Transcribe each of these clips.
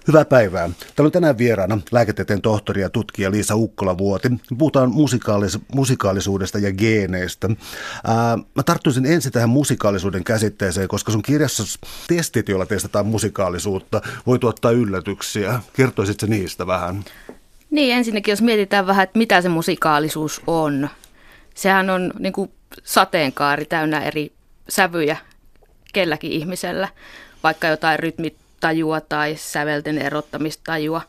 Hyvää päivää. Täällä on tänään vieraana lääketieteen tohtori ja tutkija Liisa Ukkola-Vuoti. Puhutaan musikaalisuudesta ja geeneistä. Mä tarttuisin ensin tähän musikaalisuuden käsitteeseen, koska sun kirjassa testit, joilla testataan musikaalisuutta, voi tuottaa yllätyksiä. Kertoisitko niistä vähän? Niin, ensinnäkin jos mietitään vähän, että mitä se musikaalisuus on. Sehän on niin kuin sateenkaari täynnä eri sävyjä kelläkin ihmisellä, vaikka jotain rytmitajua tai sävelten erottamistajua.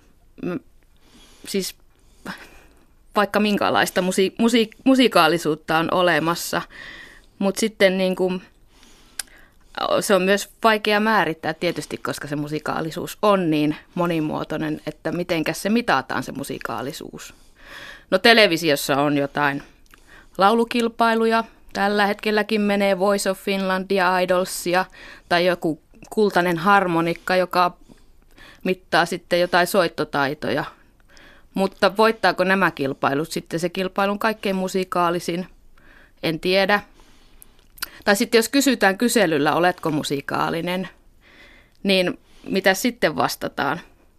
Siis vaikka minkälaista musikaalisuutta on olemassa, mutta sitten niin kuin, se on myös vaikea määrittää tietysti, koska se musikaalisuus on niin monimuotoinen, että mitenkäs se mitataan se musikaalisuus. No televisiossa on jotain laulukilpailuja. Tällä hetkelläkin menee Voice of Finlandia, Idolsia tai joku kultainen harmonikka, joka mittaa sitten jotain soittotaitoja. Mutta voittaako nämä kilpailut sitten se kilpailun kaikkein musikaalisin? En tiedä. Tai sitten jos kysytään kyselyllä, oletko musikaalinen, niin mitä sitten vastataan?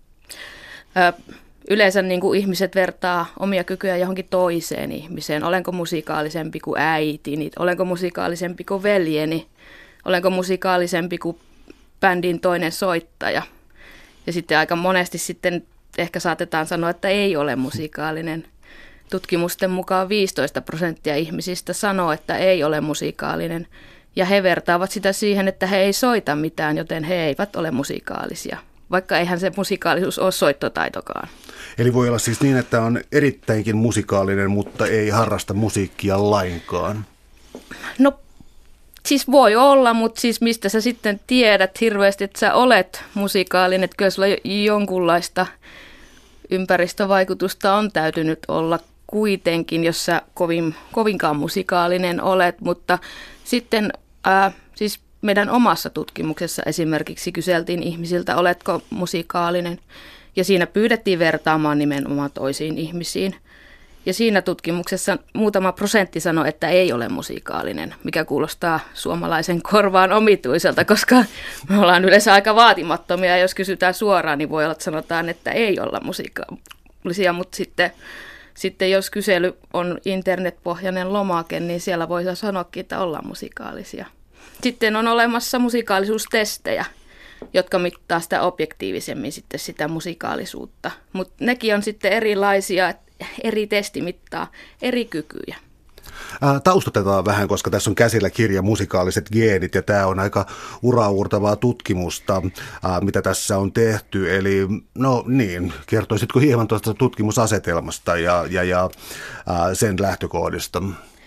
Yleensä niin kuin ihmiset vertaa omia kykyjä johonkin toiseen ihmiseen. Olenko musikaalisempi kuin äitini? Olenko musikaalisempi kuin veljeni? Olenko musikaalisempi kuin bändin toinen soittaja? Ja sitten aika monesti sitten ehkä saatetaan sanoa, että ei ole musikaalinen. Tutkimusten mukaan 15% ihmisistä sanoo, että ei ole musikaalinen. Ja he vertaavat sitä siihen, että he ei soita mitään, joten he eivät ole musikaalisia. Vaikka eihän se musikaalisuus ole soittotaitokaan. Eli voi olla siis niin, että on erittäinkin musikaalinen, mutta ei harrasta musiikkia lainkaan. No siis voi olla, mutta siis mistä sä sitten tiedät hirveästi, että sä olet musikaalinen. Että kyllä sulla jonkunlaista ympäristövaikutusta on täytynyt olla kuitenkin, jos sä kovinkaan musikaalinen olet. Mutta sitten siis meidän omassa tutkimuksessa esimerkiksi kyseltiin ihmisiltä, oletko musikaalinen, ja siinä pyydettiin vertaamaan nimenomaan toisiin ihmisiin. Ja siinä tutkimuksessa muutama prosentti sanoi, että ei ole musikaalinen, mikä kuulostaa suomalaisen korvaan omituiselta, koska me ollaan yleensä aika vaatimattomia, ja jos kysytään suoraan, niin voi olla, että sanotaan, että ei olla musikaalisia, mutta sitten jos kysely on internetpohjainen lomake, niin siellä voi sanoakin, että ollaan musikaalisia. Sitten on olemassa musikaalisuustestejä, jotka mittaa sitä objektiivisemmin sitten sitä musikaalisuutta. Mutta nekin on sitten erilaisia, eri testi mittaa eri kykyjä. Taustatetaan vähän, koska tässä on käsillä kirja Musikaaliset geenit, ja tämä on aika uraauurtavaa tutkimusta, mitä tässä on tehty. Eli no niin, kertoisitko hieman tuosta tutkimusasetelmasta ja sen lähtökohdista?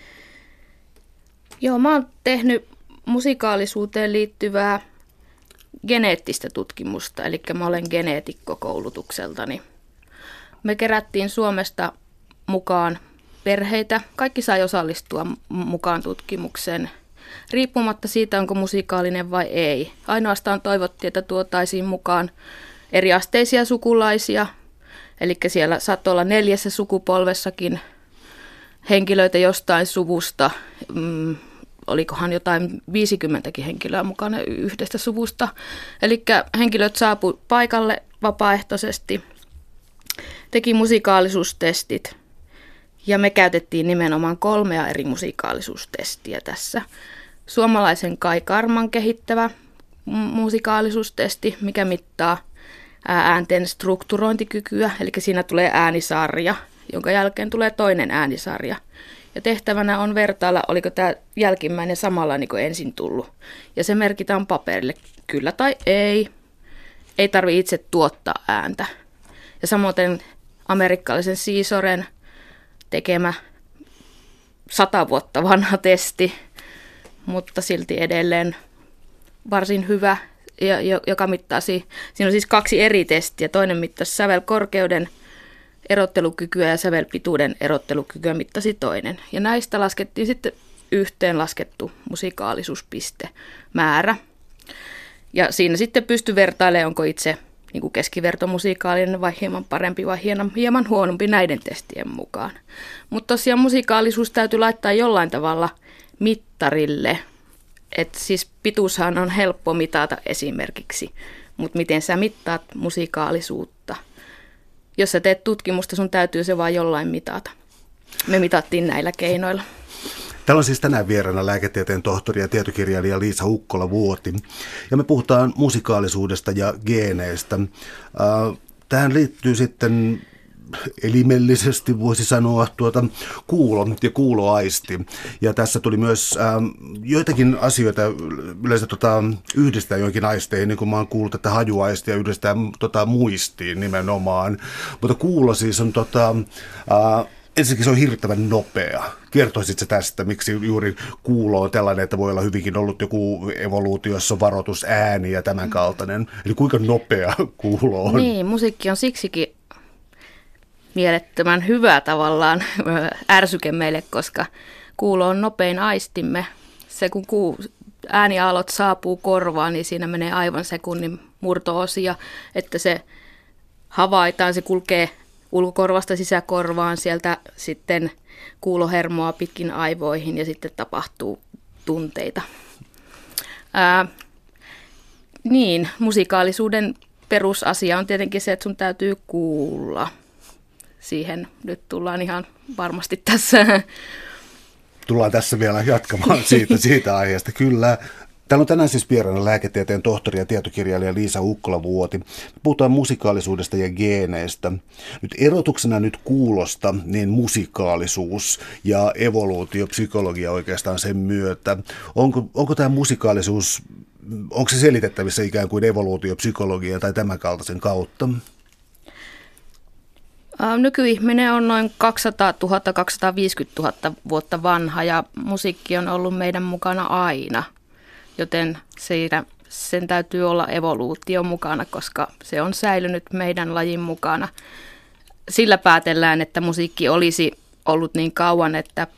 Joo, mä oon tehnyt musikaalisuuteen liittyvää geneettistä tutkimusta, eli mä olen geneetikko koulutukseltani. Me kerättiin Suomesta mukaan perheitä. Kaikki sai osallistua mukaan tutkimukseen, riippumatta siitä, onko musikaalinen vai ei. Ainoastaan toivottiin, että tuotaisiin mukaan eriasteisia sukulaisia, eli siellä saattoi olla 4 sukupolvessakin henkilöitä jostain suvusta. Olikohan jotain 50 henkilöä mukana yhdestä suvusta. Eli henkilöt saapuivat paikalle vapaaehtoisesti, teki musikaalisuustestit, ja me käytettiin nimenomaan 3 eri musikaalisuustestiä tässä. Suomalaisen Kai Karman kehittävä musikaalisuustesti, mikä mittaa äänten strukturointikykyä, eli siinä tulee äänisarja, jonka jälkeen tulee toinen äänisarja. Ja tehtävänä on vertailla, oliko tämä jälkimmäinen samanlainen kuin ensin tullut. Ja se merkitään paperille, kyllä tai ei. Ei tarvitse itse tuottaa ääntä. Ja samoin amerikkalaisen Siisoren tekemä 100 vuotta vanha testi, mutta silti edelleen varsin hyvä, joka mittasi, siinä on siis 2 eri testiä. Toinen mittasi sävelkorkeuden erottelukykyä ja sävelpituuden erottelukykyä mittasi toinen. Ja näistä laskettiin sitten yhteenlaskettu musikaalisuuspistemäärä. Ja siinä sitten pystyi vertailemaan, onko itse niin kuin keskivertomusikaalinen vai hieman parempi vai hieman huonompi näiden testien mukaan. Mutta tosiaan musikaalisuus täytyy laittaa jollain tavalla mittarille. Et siis pituushan on helppo mitata esimerkiksi mutta miten sä mittaat musikaalisuutta? Jos sä teet tutkimusta, sun täytyy se vaan jollain mitata. Me mitattiin näillä keinoilla. Täällä on siis tänään vieraana lääketieteen tohtori ja tietokirjailija Liisa Ukkola-Vuoti. Ja me puhutaan musikaalisuudesta ja geeneistä. Tähän liittyy sitten elimellisesti voisi sanoa kuulo ja kuuloaisti. Ja tässä tuli myös joitakin asioita yleensä yhdistää joihinkin aisteihin, niin kuin mä oon kuullut, että hajuaisti ja yhdistää muistiin nimenomaan. Mutta kuulo siis on ensinnäkin se on hirvittävän nopea. Kertoisitko tästä, miksi juuri kuulo on tällainen, että voi olla hyvinkin ollut joku evoluutiossa varoitusääni ja tämän kaltainen. Eli kuinka nopea kuulo on? Niin, musiikki on siksikin mielettömän hyvä tavallaan ärsyke meille, koska kuulo on nopein aistimme. Se kun ääniaallot saapuu korvaan, niin siinä menee aivan sekunnin murto-osia, että se havaitaan, se kulkee ulkokorvasta sisäkorvaan, sieltä sitten kuulohermoa pitkin aivoihin ja sitten tapahtuu tunteita. Niin, musikaalisuuden perusasia on tietenkin se, että sun täytyy kuulla. Siihen nyt tullaan ihan varmasti tässä. Tullaan tässä vielä jatkamaan siitä aiheesta, kyllä. Täällä on tänään siis vieraana lääketieteen tohtori ja tietokirjailija Liisa Ukkola-Vuoti. Puhutaan musikaalisuudesta ja geeneistä. Nyt erotuksena nyt kuulosta, niin musikaalisuus ja evoluutiopsykologia oikeastaan sen myötä. Onko tämä musikaalisuus, onko se selitettävissä ikään kuin evoluutiopsykologia tai tämän kaltaisen kautta? Nykyihminen on noin 200 000-250 000 vuotta vanha ja musiikki on ollut meidän mukana aina. Joten sen täytyy olla evoluutio mukana, koska se on säilynyt meidän lajin mukana. Sillä päätellään, että musiikki olisi ollut niin kauan, että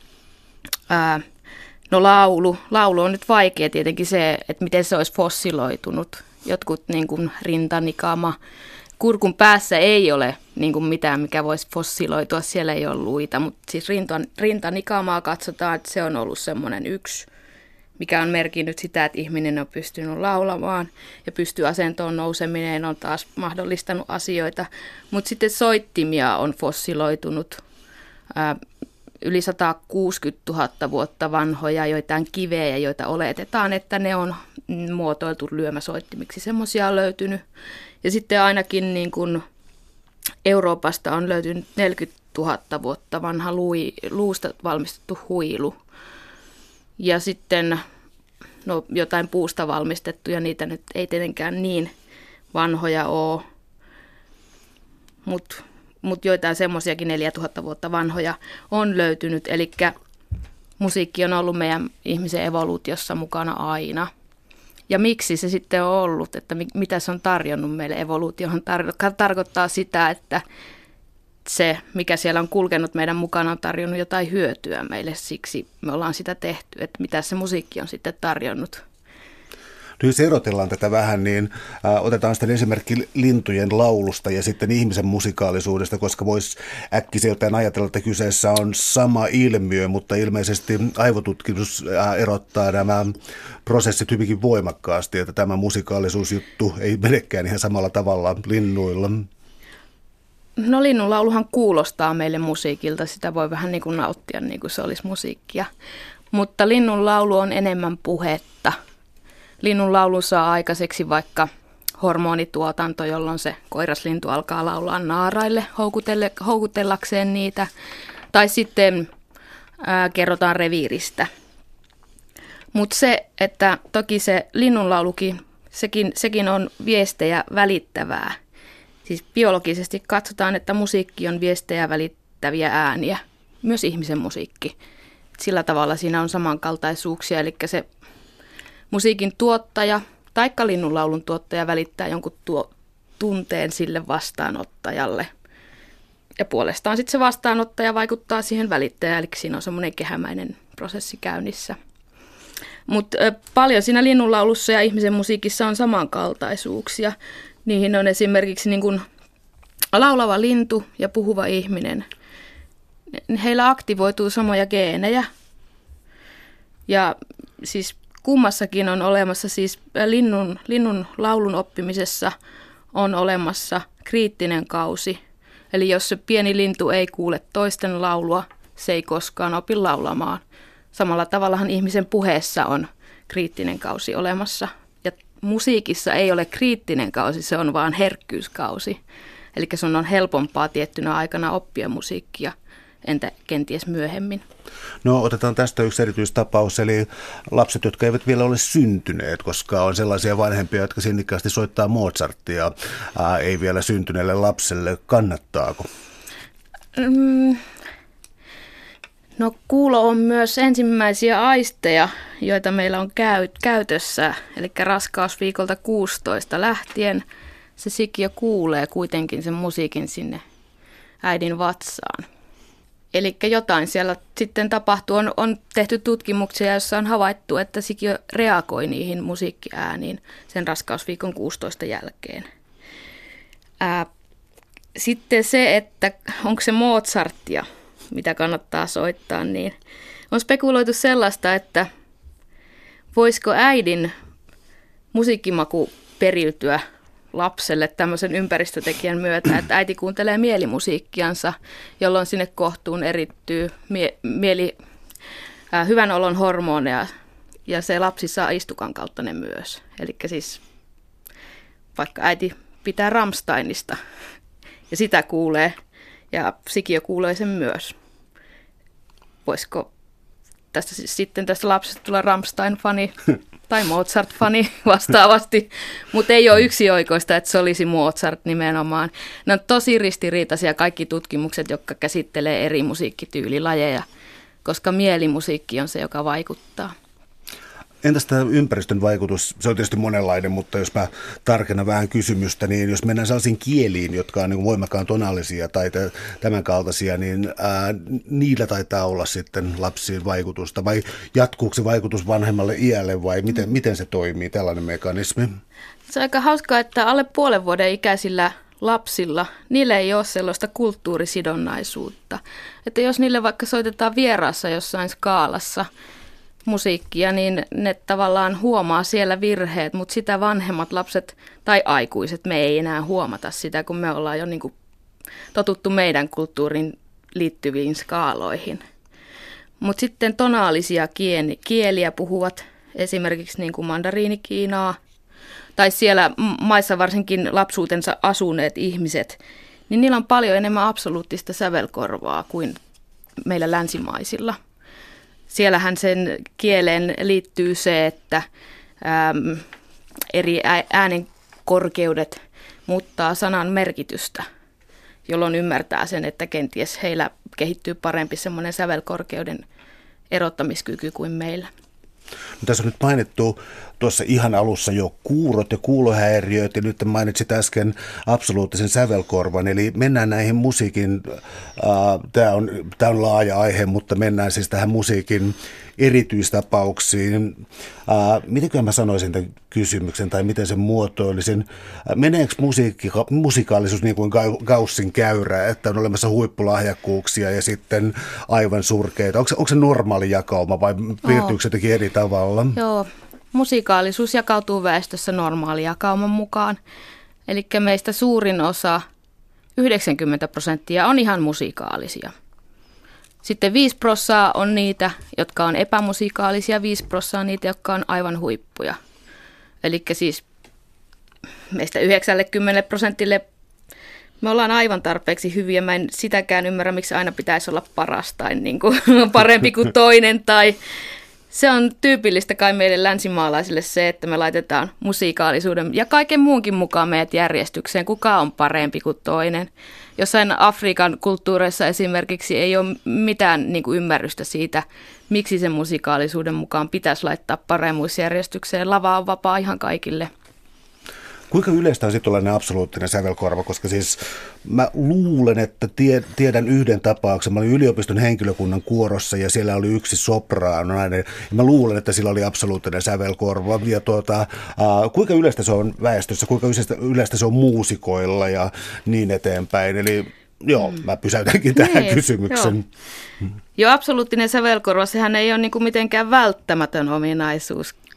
laulu on nyt vaikea tietenkin se, että miten se olisi fossiloitunut. Jotkut niin kuin rintanikama, kurkun päässä ei ole niin kuin mitään, mikä voisi fossiloitua, siellä ei ole luita, mutta siis rintanikamaa katsotaan, että se on ollut semmoinen yksi, mikä on merkinnyt sitä, että ihminen on pystynyt laulamaan ja pystyy asentoon nouseminen, on taas mahdollistanut asioita. Mutta sitten soittimia on fossiloitunut yli 160 000 vuotta vanhoja, joitain kivejä, joita oletetaan, että ne on muotoiltu lyömäsoittimiksi. Semmoisia on löytynyt. Ja sitten ainakin niin kuin Euroopasta on löytynyt 40 000 vuotta vanha luusta valmistettu huilu. Ja sitten jotain puusta valmistettuja, niitä nyt ei tietenkään niin vanhoja ole, mutta joitain semmoisiakin 4000 vuotta vanhoja on löytynyt. Eli musiikki on ollut meidän ihmisen evoluutiossa mukana aina. Ja miksi se sitten on ollut, että mitä se on tarjonnut meille? Evoluutiohan tarkoittaa sitä, että se, mikä siellä on kulkenut meidän mukana, on tarjonnut jotain hyötyä meille, siksi me ollaan sitä tehty, että mitä se musiikki on sitten tarjonnut. No jos erotellaan tätä vähän, niin otetaan sitten esimerkki lintujen laulusta ja sitten ihmisen musikaalisuudesta, koska voisi äkkiseltään ajatella, että kyseessä on sama ilmiö, mutta ilmeisesti aivotutkimus erottaa nämä prosessit hyvinkin voimakkaasti, että tämä musikaalisuusjuttu ei menekään ihan samalla tavalla linnuilla. No linnunlauluhan kuulostaa meille musiikilta, sitä voi vähän niin kuin nauttia niin kuin se olisi musiikkia, mutta linnunlaulu on enemmän puhetta. Linnunlaulu saa aikaiseksi vaikka hormonituotanto, jolloin se koiraslintu alkaa laulaa naaraille houkutellakseen niitä, tai sitten kerrotaan reviiristä. Mutta se, että toki se linnunlaulukin, sekin on viestejä välittävää. Siis biologisesti katsotaan, että musiikki on viestejä välittäviä ääniä, myös ihmisen musiikki. Sillä tavalla siinä on samankaltaisuuksia, eli se musiikin tuottaja tai linnunlaulun tuottaja välittää jonkun tunteen sille vastaanottajalle. Ja puolestaan sitten se vastaanottaja vaikuttaa siihen välittäjään, eli siinä on semmoinen kehämäinen prosessi käynnissä. Mutta paljon siinä linnunlaulussa ja ihmisen musiikissa on samankaltaisuuksia. Niihin on esimerkiksi niin kuin laulava lintu ja puhuva ihminen. Heillä aktivoituu samoja geenejä. Ja siis kummassakin on olemassa siis linnun laulun oppimisessa on olemassa kriittinen kausi. Eli jos se pieni lintu ei kuule toisten laulua, se ei koskaan opi laulamaan. Samalla tavallahan ihmisen puheessa on kriittinen kausi olemassa. Ja musiikissa ei ole kriittinen kausi, se on vaan herkkyyskausi. Eli sun on helpompaa tiettynä aikana oppia musiikkia, entä kenties myöhemmin. No otetaan tästä yksi erityistapaus, eli lapset, jotka eivät vielä ole syntyneet, koska on sellaisia vanhempia, jotka sinnikkäästi soittaa Mozartia, ei vielä syntyneelle lapselle. Kannattaako? No kuulo on myös ensimmäisiä aisteja, joita meillä on käytössä, eli raskausviikolta 16 lähtien se sikiö kuulee kuitenkin sen musiikin sinne äidin vatsaan. Eli jotain siellä sitten tapahtuu. On tehty tutkimuksia, joissa on havaittu, että sikiö reagoi niihin musiikkiääniin sen raskausviikon 16 jälkeen. Sitten se, että onko se Mozartia, mitä kannattaa soittaa, niin on spekuloitu sellaista, että voisiko äidin musiikkimaku periytyä lapselle tämmöisen ympäristötekijän myötä, että äiti kuuntelee mielimusiikkiansa, jolloin sinne kohtuun erittyy hyvän olon hormoneja ja se lapsi saa istukan kautta ne myös. Eli siis vaikka äiti pitää Rammsteinista ja sitä kuulee ja sikiö kuulee sen myös. Voisiko tästä lapsesta tulla Rammstein-fani tai Mozart-fani vastaavasti, mutta ei ole yksioikoista, että se olisi Mozart nimenomaan. Ne on tosi ristiriitaisia kaikki tutkimukset, jotka käsittelee eri musiikkityylilajeja, koska mielimusiikki on se, joka vaikuttaa. Entäs tämä ympäristön vaikutus? Se on tietysti monenlainen, mutta jos mä tarkennan vähän kysymystä, niin jos mennään sellaisiin kieliin, jotka on niin voimakkaan tonaalisia tai tämän kaltaisia, niin niillä taitaa olla sitten lapsiin vaikutusta. Vai jatkuuko se vaikutus vanhemmalle iälle vai miten se toimii, tällainen mekanismi? Se on aika hauskaa, että alle puolen vuoden ikäisillä lapsilla, niillä ei ole sellaista kulttuurisidonnaisuutta. Että jos niille vaikka soitetaan vieraassa jossain skaalassa musiikkia, niin ne tavallaan huomaa siellä virheet, mutta sitä vanhemmat lapset tai aikuiset, me ei enää huomata sitä, kun me ollaan jo niin kuin totuttu meidän kulttuurin liittyviin skaaloihin. Mutta sitten tonaalisia kieliä puhuvat esimerkiksi niin kuin mandariinikiinaa, tai siellä maissa varsinkin lapsuutensa asuneet ihmiset, niin niillä on paljon enemmän absoluuttista sävelkorvaa kuin meillä länsimaisilla. Siellähän sen kieleen liittyy se, että eri äänen korkeudet muuttaa sanan merkitystä, jolloin ymmärtää sen, että kenties heillä kehittyy parempi semmoinen sävelkorkeuden erottamiskyky kuin meillä. No, tässä on nyt mainittu tuossa ihan alussa jo kuurot ja kuulohäiriöt ja nyt mainitsit äsken absoluuttisen sävelkorvan, eli mennään näihin musiikin, tämä on laaja aihe, mutta mennään siis tähän musiikin erityistapauksiin. Mitenkö mä sanoisin tämän kysymyksen tai miten sen muotoilisin? Meneekö musikaalisuus niin kuin Gaussin käyrä, että on olemassa huippulahjakkuuksia ja sitten aivan surkeita? Onko se normaali jakauma vai piirtyykö se jotenkin eri tavalla? Joo, musikaalisuus jakautuu väestössä normaalijakauman mukaan. Eli meistä suurin osa, 90%, on ihan musikaalisia. Sitten 5% on niitä, jotka on epämusikaalisia, 5% on niitä, jotka on aivan huippuja. Eli siis meistä 90% me ollaan aivan tarpeeksi hyviä. Mä en sitäkään ymmärrä, miksi aina pitäisi olla paras tai niin kuin parempi kuin toinen. Tai se on tyypillistä kai meille länsimaalaisille se, että me laitetaan musikaalisuuden ja kaiken muunkin mukaan meidät järjestykseen, kuka on parempi kuin toinen. Jossain Afrikan kulttuureissa esimerkiksi ei ole mitään niin kuin ymmärrystä siitä, miksi sen musikaalisuuden mukaan pitäisi laittaa paremmuusjärjestykseen. Lava on vapaa ihan kaikille. Kuinka yleistä on sitten tällainen absoluuttinen sävelkorva, koska siis mä luulen, että tiedän yhden tapauksen. Mä olin yliopiston henkilökunnan kuorossa ja siellä oli yksi sopraanonainen. Ja mä luulen, että sillä oli absoluuttinen sävelkorva. Ja kuinka yleistä se on väestössä, kuinka yleistä se on muusikoilla ja niin eteenpäin. Eli joo, mä pysäytänkin tähän kysymyksen. Joo, absoluuttinen sävelkorva, sehän ei ole niin kuin mitenkään välttämätön ominaisuus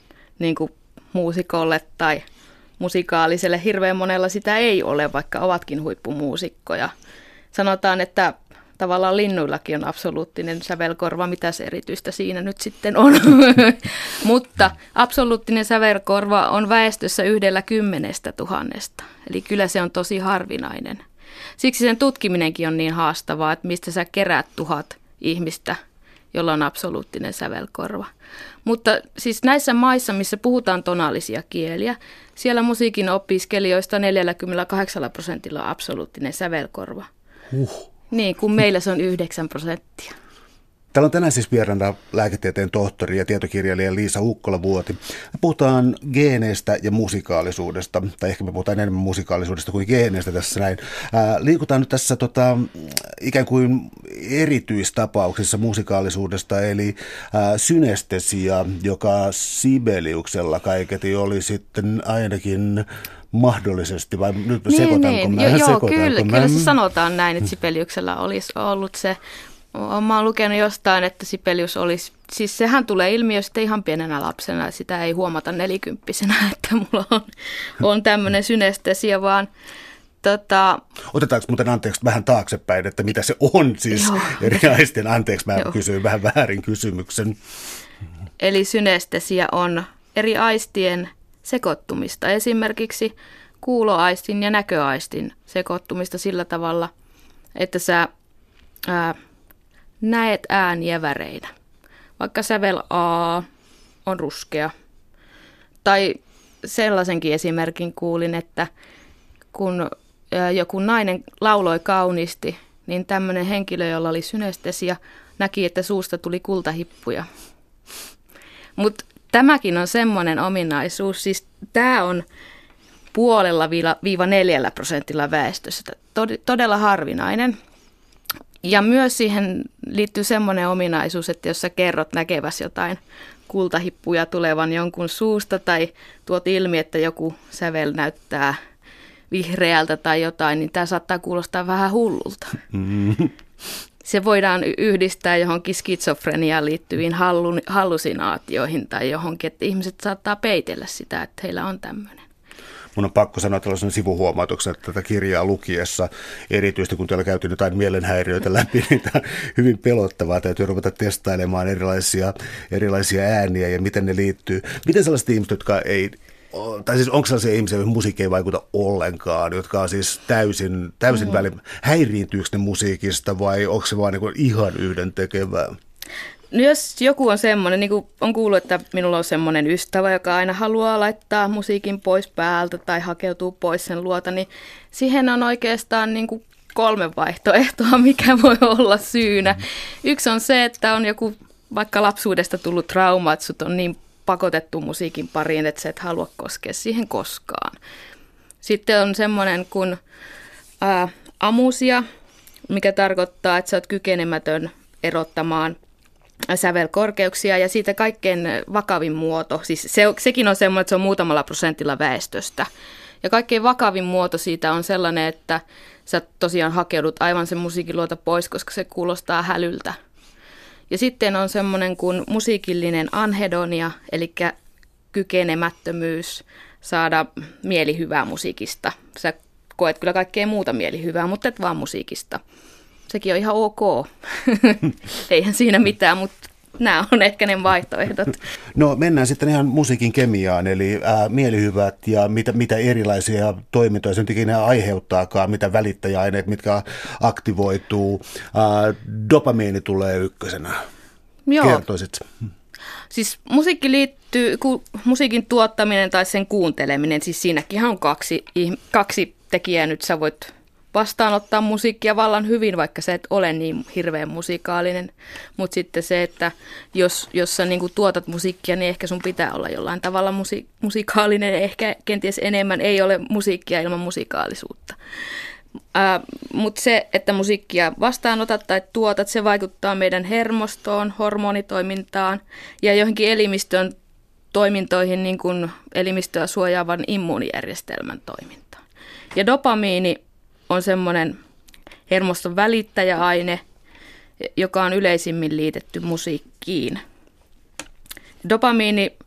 niin kuin muusikolle tai musikaaliselle. Hirveän monella sitä ei ole, vaikka ovatkin huippumuusikkoja. Sanotaan, että tavallaan linnuillakin on absoluuttinen sävelkorva. Mitäs erityistä siinä nyt sitten on? Mutta absoluuttinen sävelkorva on väestössä 1/10 000. Eli kyllä se on tosi harvinainen. Siksi sen tutkiminenkin on niin haastavaa, että mistä sä keräät 1000 ihmistä, jolla on absoluuttinen sävelkorva. Mutta siis näissä maissa, missä puhutaan tonaalisia kieliä, siellä musiikin opiskelijoista 48% on absoluuttinen sävelkorva. Niin, kun meillä se on 9%. Täällä on tänään siis vieraana lääketieteen tohtori ja tietokirjailija Liisa Ukkola-Vuoti. Me puhutaan geeneistä ja musikaalisuudesta, tai ehkä me puhutaan enemmän musikaalisuudesta kuin geeneistä tässä näin. Liikutaan nyt tässä ikään kuin erityistapauksissa musikaalisuudesta, eli synestesia, joka Sibeliuksella kaiketi oli sitten ainakin mahdollisesti, vai nyt sekoitanko mä? Joo, kyllä se sanotaan näin, että Sibeliuksella olisi ollut se. Mä oon lukenut jostain, että Sibelius olisi, siis sehän tulee ilmiö sitten ihan pienenä lapsena, sitä ei huomata 40-vuotiaana, että mulla on tämmöinen synestesia, vaan Otetaanko muuten anteeksi vähän taaksepäin, että mitä se on siis eri aistien? Anteeksi, mä kysyin vähän väärin kysymyksen. Eli synestesia on eri aistien sekoittumista, esimerkiksi kuuloaistin ja näköaistin sekoittumista sillä tavalla, että sä näet ääniä väreinä. Vaikka sävel A on ruskea. Tai sellaisenkin esimerkin kuulin, että kun joku nainen lauloi kauniisti, niin tämmöinen henkilö, jolla oli synestesia, näki, että suusta tuli kultahippuja. Mutta tämäkin on semmoinen ominaisuus, siis tämä on 0,5–4% väestöstä, todella harvinainen. Ja myös siihen liittyy semmoinen ominaisuus, että jos sä kerrot näkeväsi jotain kultahippuja tulevan jonkun suusta tai tuot ilmi, että joku sävel näyttää vihreältä tai jotain, niin tämä saattaa kuulostaa vähän hullulta. Se voidaan yhdistää johonkin skitsofreniaan liittyviin hallusinaatioihin tai johonkin, että ihmiset saattaa peitellä sitä, että heillä on tämmöinen. Mun on pakko sanoa tällaisen sivuhuomautuksen, että tätä kirjaa lukiessa, erityisesti kun täällä käytiin jotain mielenhäiriöitä läpi, niin tämä on hyvin pelottavaa. Täytyy ruveta testailemaan erilaisia ääniä ja miten ne liittyy. Miten sellaiset ihmiset, jotka ei, tai siis onko sellaisia ihmisiä, joihin musiikki ei vaikuta ollenkaan, jotka on siis täysin häiriintyykö ne musiikista vai onko se vaan niin ihan yhdentekevää? No jos joku on semmoinen, niin kuin on kuullut, että minulla on semmoinen ystävä, joka aina haluaa laittaa musiikin pois päältä tai hakeutuu pois sen luota, niin siihen on oikeastaan niin kuin 3 vaihtoehtoa, mikä voi olla syynä. Yksi on se, että on joku vaikka lapsuudesta tullut trauma, että sut on niin pakotettu musiikin pariin, että sä et halua koskea siihen koskaan. Sitten on semmoinen kuin amusia, mikä tarkoittaa, että sä oot kykenemätön erottamaan sävelkorkeuksia ja siitä kaikkein vakavin muoto, siis sekin on semmoinen, että se on muutamalla prosentilla väestöstä. Ja kaikkein vakavin muoto siitä on sellainen, että sä tosiaan hakeudut aivan sen musiikin luota pois, koska se kuulostaa hälyltä. Ja sitten on semmoinen kuin musiikillinen anhedonia, eli kykenemättömyys saada mielihyvää musiikista. Sä koet kyllä kaikkea muuta mielihyvää, mutta et vaan musiikista. Sekin on ihan ok. Eihän siinä mitään, mutta nämä on ehkä ne vaihtoehdot. No mennään sitten ihan musiikin kemiaan, eli mielihyvät ja mitä erilaisia toimintoja sen ikinä aiheuttaakaan, mitä välittäjäaineet, mitkä aktivoituu. Dopamiini tulee ykkösenä. Joo. Kertoisit. Siis musiikki liittyy, musiikin tuottaminen tai sen kuunteleminen, siis siinäkin on kaksi tekijää. Nyt sä voit vastaanottaa musiikkia vallan hyvin, vaikka sä et ole niin hirveän musikaalinen. Mutta sitten se, että jos sä niinku tuotat musiikkia, niin ehkä sun pitää olla jollain tavalla musikaalinen. Ehkä kenties enemmän ei ole musiikkia ilman musikaalisuutta. Mutta se, että musiikkia vastaanotat tai tuotat, se vaikuttaa meidän hermostoon, hormonitoimintaan ja johonkin elimistön toimintoihin, niin kuin elimistöä suojaavan immuunijärjestelmän toimintaan. Ja dopamiini on semmoinen hermoston välittäjäaine, joka on yleisimmin liitetty musiikkiin. Dopamiini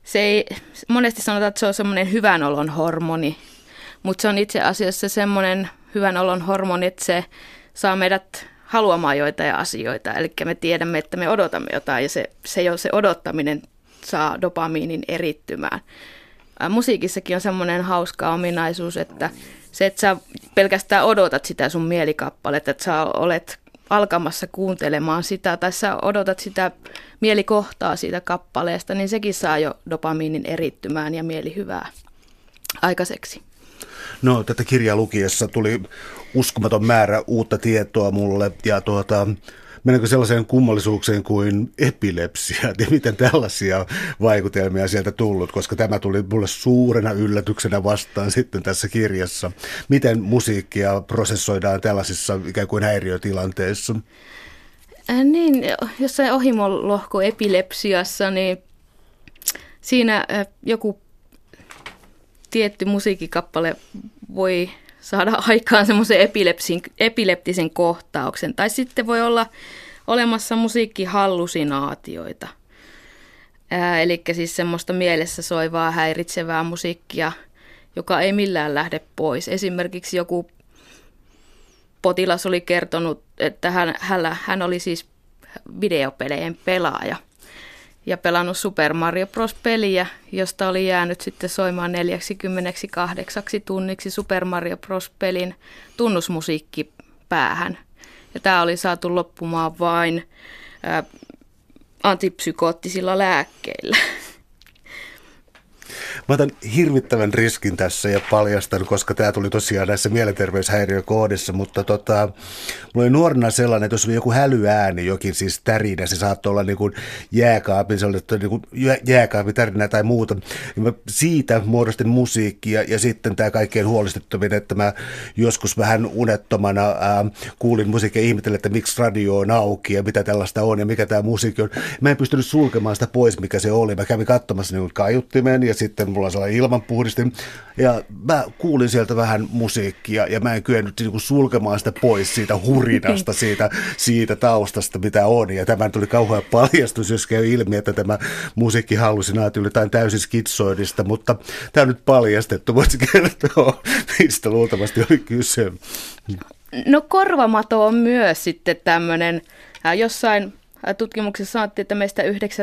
se ei, monesti sanotaan, että se on semmoinen hyvän olon hormoni, mutta se on itse asiassa semmoinen hyvän olon hormoni, että se saa meidät haluamaan joitain asioita. Eli me tiedämme, että me odotamme jotain ja se odottaminen saa dopamiinin erittymään. Musiikissakin on semmoinen hauska ominaisuus, että se, että sä pelkästään odotat sitä sun mielikappaletta, että sä olet alkamassa kuuntelemaan sitä tai sä odotat sitä mielikohtaa siitä kappaleesta, niin sekin saa jo dopamiinin erittymään ja mielihyvää aikaiseksi. No, tätä kirjaa lukiessa tuli uskomaton määrä uutta tietoa mulle ja mennäänkö sellaiseen kummallisuukseen kuin epilepsia, ja miten tällaisia vaikutelmia sieltä tullut, koska tämä tuli mulle suurena yllätyksenä vastaan sitten tässä kirjassa. Miten musiikkia prosessoidaan tällaisissa ikään kuin häiriötilanteissa? Niin, jossain ohimolohko epilepsiassa, niin siinä joku tietty musiikkikappale voi saada aikaan semmoisen epileptisen kohtauksen. Tai sitten voi olla olemassa musiikkihallusinaatioita. Eli siis semmoista mielessä soivaa häiritsevää musiikkia, joka ei millään lähde pois. Esimerkiksi joku potilas oli kertonut, että hän oli siis videopelien pelaaja ja pelannut Super Mario Bros-peliä, josta oli jäänyt sitten soimaan 48 tunniksi Super Mario Bros-pelin tunnusmusiikki päähän. Ja tämä oli saatu loppumaan vain antipsykoottisilla lääkkeillä. Mä otan hirvittävän riskin tässä ja paljastan, koska tämä tuli tosiaan näissä mielenterveyshäiriökoodissa, mutta mulla oli nuorena sellainen, että jos oli joku hälyääni, jokin siis tärinä, se saattoi olla niin kuin jääkaapin, se oli niin kuin jääkaapin tärinä tai muuta, niin mä siitä muodostin musiikkia ja sitten tämä kaikkein huolestuttavin, että mä joskus vähän unettomana kuulin musiikkia ja ihmettelin, että miksi radio on auki ja mitä tällaista on ja mikä tämä musiikki on. Mä en pystynyt sulkemaan sitä pois, mikä se oli. Mä kävin katsomassa niin kaiuttimen ja sitten mulla on sellainen ilmanpuhdistin ja mä kuulin sieltä vähän musiikkia ja mä en kyennyt niin kuin sulkemaan sitä pois siitä hurinasta, siitä taustasta, mitä on. Ja tämän tuli kauhean paljastus, jos käy ilmi, että tämä musiikkihallusinaatio oli jotain täysin skitsoidista, mutta tämä on nyt paljastettu. Voitko kertoa, mistä luultavasti oli kyse? No korvamato on myös sitten tämmöinen, jossain tutkimuksessa sanottiin, että meistä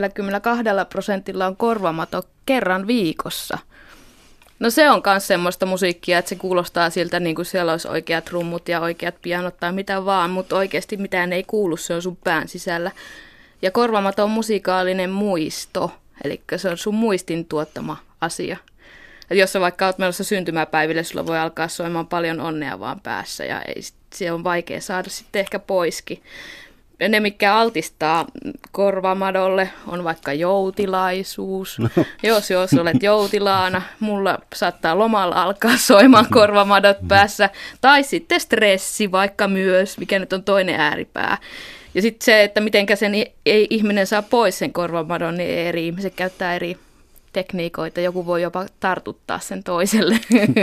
92% on korvamato kerran viikossa. No se on myös semmoista musiikkia, että se kuulostaa siltä, niin kuin siellä olisi oikeat rummut ja oikeat pianot tai mitä vaan, mutta oikeasti mitään ei kuulu, se on sun pään sisällä. Ja korvamato on musikaalinen muisto, eli se on sun muistin tuottama asia. Et jos sä vaikka oot menossa syntymäpäiville, sulla voi alkaa soimaan paljon onnea vaan päässä ja se on vaikea saada sitten ehkä poiskin. Ne, mikä altistaa korvamadolle, on vaikka joutilaisuus. No. Jos olet joutilaana, mulla saattaa lomalla alkaa soimaan korvamadot päässä. Tai sitten stressi vaikka myös, mikä nyt on toinen ääripää. Ja sitten se, että mitenkä sen ihminen saa pois sen korvamadon, niin eri ihmiset käyttää eri tekniikoita. Joku voi jopa tartuttaa sen toiselle.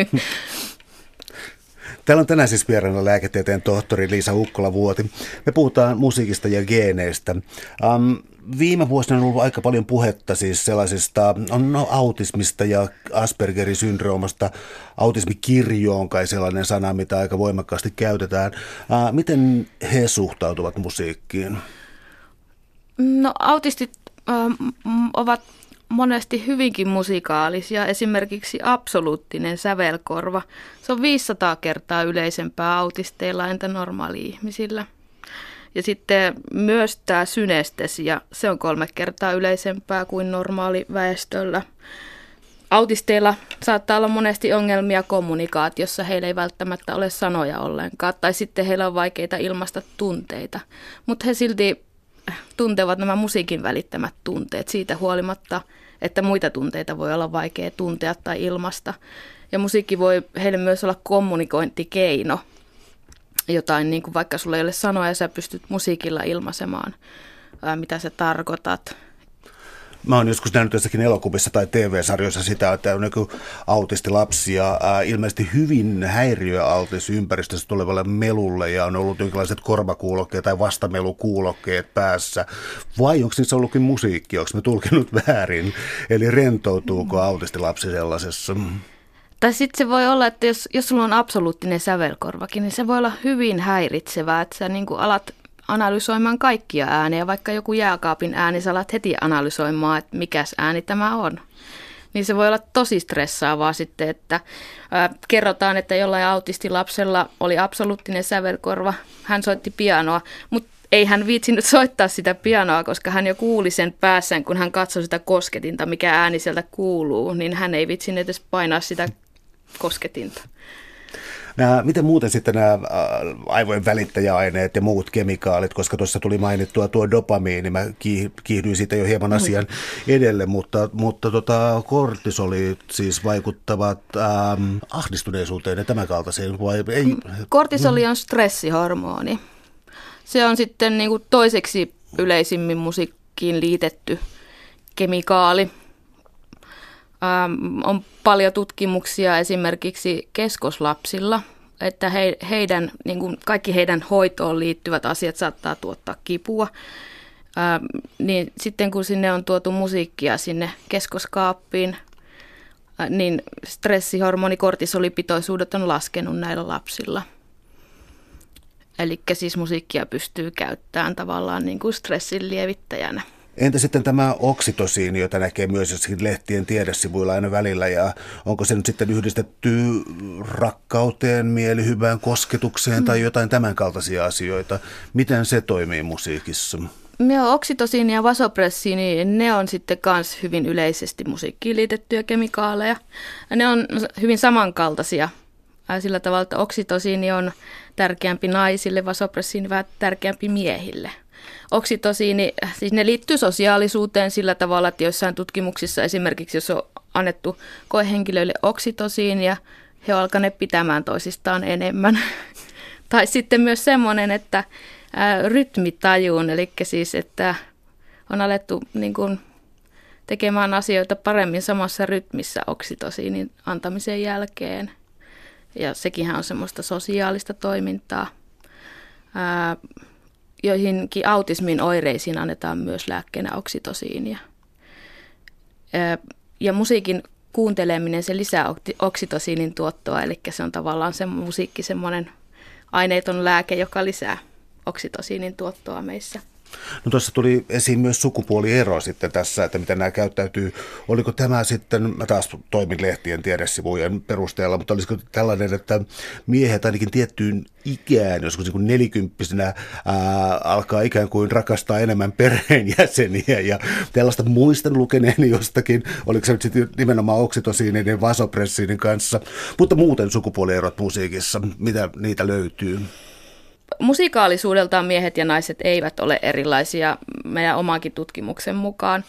Täällä on tänään siis vieraana lääketieteen tohtori Liisa Ukkola-Vuoti. Me puhutaan musiikista ja geeneistä. Viime vuosina on ollut aika paljon puhetta siis sellaisista autismista ja Aspergerin syndroomasta. Autismikirjo on kai sellainen sana, mitä aika voimakkaasti käytetään. Miten he suhtautuvat musiikkiin? No autistit ovat monesti hyvinkin musikaalisia, esimerkiksi absoluuttinen sävelkorva. Se on 500 kertaa yleisempää autisteilla entä normaali-ihmisillä. Ja sitten myös tämä synestesia, se on 3 kertaa yleisempää kuin normaaliväestöllä. Autisteilla saattaa olla monesti ongelmia kommunikaatiossa, heillä ei välttämättä ole sanoja ollenkaan, tai sitten heillä on vaikeita ilmaista tunteita, mutta he silti tuntevat nämä musiikin välittämät tunteet siitä huolimatta, että muita tunteita voi olla vaikea tuntea tai ilmaista. Ja musiikki voi heille myös olla kommunikointikeino, jotain niin kuin vaikka sulla ei ole sanoja ja sä pystyt musiikilla ilmaisemaan, mitä sä tarkoitat. Mä oon joskus nähnyt jossakin elokuvissa tai TV-sarjoissa sitä, että on joku autistilapsi ja ilmeisesti hyvin häiriöaltis ympäristössä tulevalle melulle ja on ollut jonkinlaiset korvakuulokkeet tai vastamelukuulokkeet päässä. Vai onko niissä ollutkin musiikki? Onko me tulkinut väärin? Eli rentoutuuko autistilapsi sellaisessa? Tai sitten se voi olla, että jos sulla on absoluuttinen sävelkorvakin, niin se voi olla hyvin häiritsevää, että sä niin kuin alat analysoimaan kaikkia ääniä, vaikka joku jääkaapin ääni, sä alat heti analysoimaan, että mikäs ääni tämä on. Niin se voi olla tosi stressaavaa sitten, että kerrotaan, että jollain autistilapsella oli absoluuttinen sävelkorva, hän soitti pianoa, mutta ei hän viitsinyt soittaa sitä pianoa, koska hän jo kuuli sen päässään, kun hän katsoi sitä kosketinta, mikä ääni sieltä kuuluu, niin hän ei viitsinyt edes painaa sitä kosketinta. Miten muuten sitten nämä aivojen välittäjäaineet ja muut kemikaalit, koska tuossa tuli mainittua tuo dopamiini, mä kiihdyin siitä jo hieman asian edelle, mutta kortisoli siis vaikuttavat ahdistuneisuuteen ja tämän kaltaiseen, vai ei? Kortisoli on stressihormoni. Se on sitten niin kuin toiseksi yleisimmin musiikkiin liitetty kemikaali. On paljon tutkimuksia esimerkiksi keskoslapsilla, että heidän, niin kuin kaikki heidän hoitoon liittyvät asiat saattaa tuottaa kipua. Niin sitten kun sinne on tuotu musiikkia sinne keskoskaappiin, niin stressihormoni kortisolipitoisuudet on laskenut näillä lapsilla. Eli siis musiikkia pystyy käyttämään tavallaan niin kuin stressin lievittäjänä. Entä sitten tämä oksitosiini, jota näkee myös jossakin lehtien tiedesivuilla aina välillä, ja onko se nyt sitten yhdistetty rakkauteen, mielihyvään, kosketukseen tai jotain tämän kaltaisia asioita? Miten se toimii musiikissa? Oksitosiini ja vasopressiini, ne on sitten myös hyvin yleisesti musiikkiin liitettyjä kemikaaleja. Ne on hyvin samankaltaisia sillä tavalla, että oksitosiini on tärkeämpi naisille, vasopressiini vähän tärkeämpi miehille. Oksitosiini, siis ne liittyy sosiaalisuuteen sillä tavalla, että joissain tutkimuksissa esimerkiksi, jos on annettu koehenkilöille oksitosiinia, he ovat alkaneet pitämään toisistaan enemmän. Tai sitten myös semmoinen, että rytmitajuun, eli siis, että on alettu niin kuin tekemään asioita paremmin samassa rytmissä oksitosiinin antamisen jälkeen. Ja sekinhän on semmoista sosiaalista toimintaa. Joihinkin autismin oireisiin annetaan myös lääkkeenä oksitosiinia. Ja musiikin kuunteleminen, se lisää oksitosiinin tuottoa, eli se on tavallaan se musiikki semmoinen aineeton lääke, joka lisää oksitosiinin tuottoa meissä. No tuossa tuli esiin myös sukupuoliero sitten tässä, että miten nämä käyttäytyy. Oliko tämä sitten, mä taas toimin lehtien tiedesivujen perusteella, mutta olisiko tällainen, että miehet ainakin tiettyyn ikään, joskus niin kuin 40-vuotiaana alkaa ikään kuin rakastaa enemmän perheenjäseniä ja tällaista muistan lukeneeni jostakin, oliko se nyt sitten nimenomaan oksitosiinin ja vasopressiinin kanssa, mutta muuten sukupuolierot musiikissa, mitä niitä löytyy? Musikaalisuudeltaan miehet ja naiset eivät ole erilaisia meidän omankin tutkimuksen mukaan.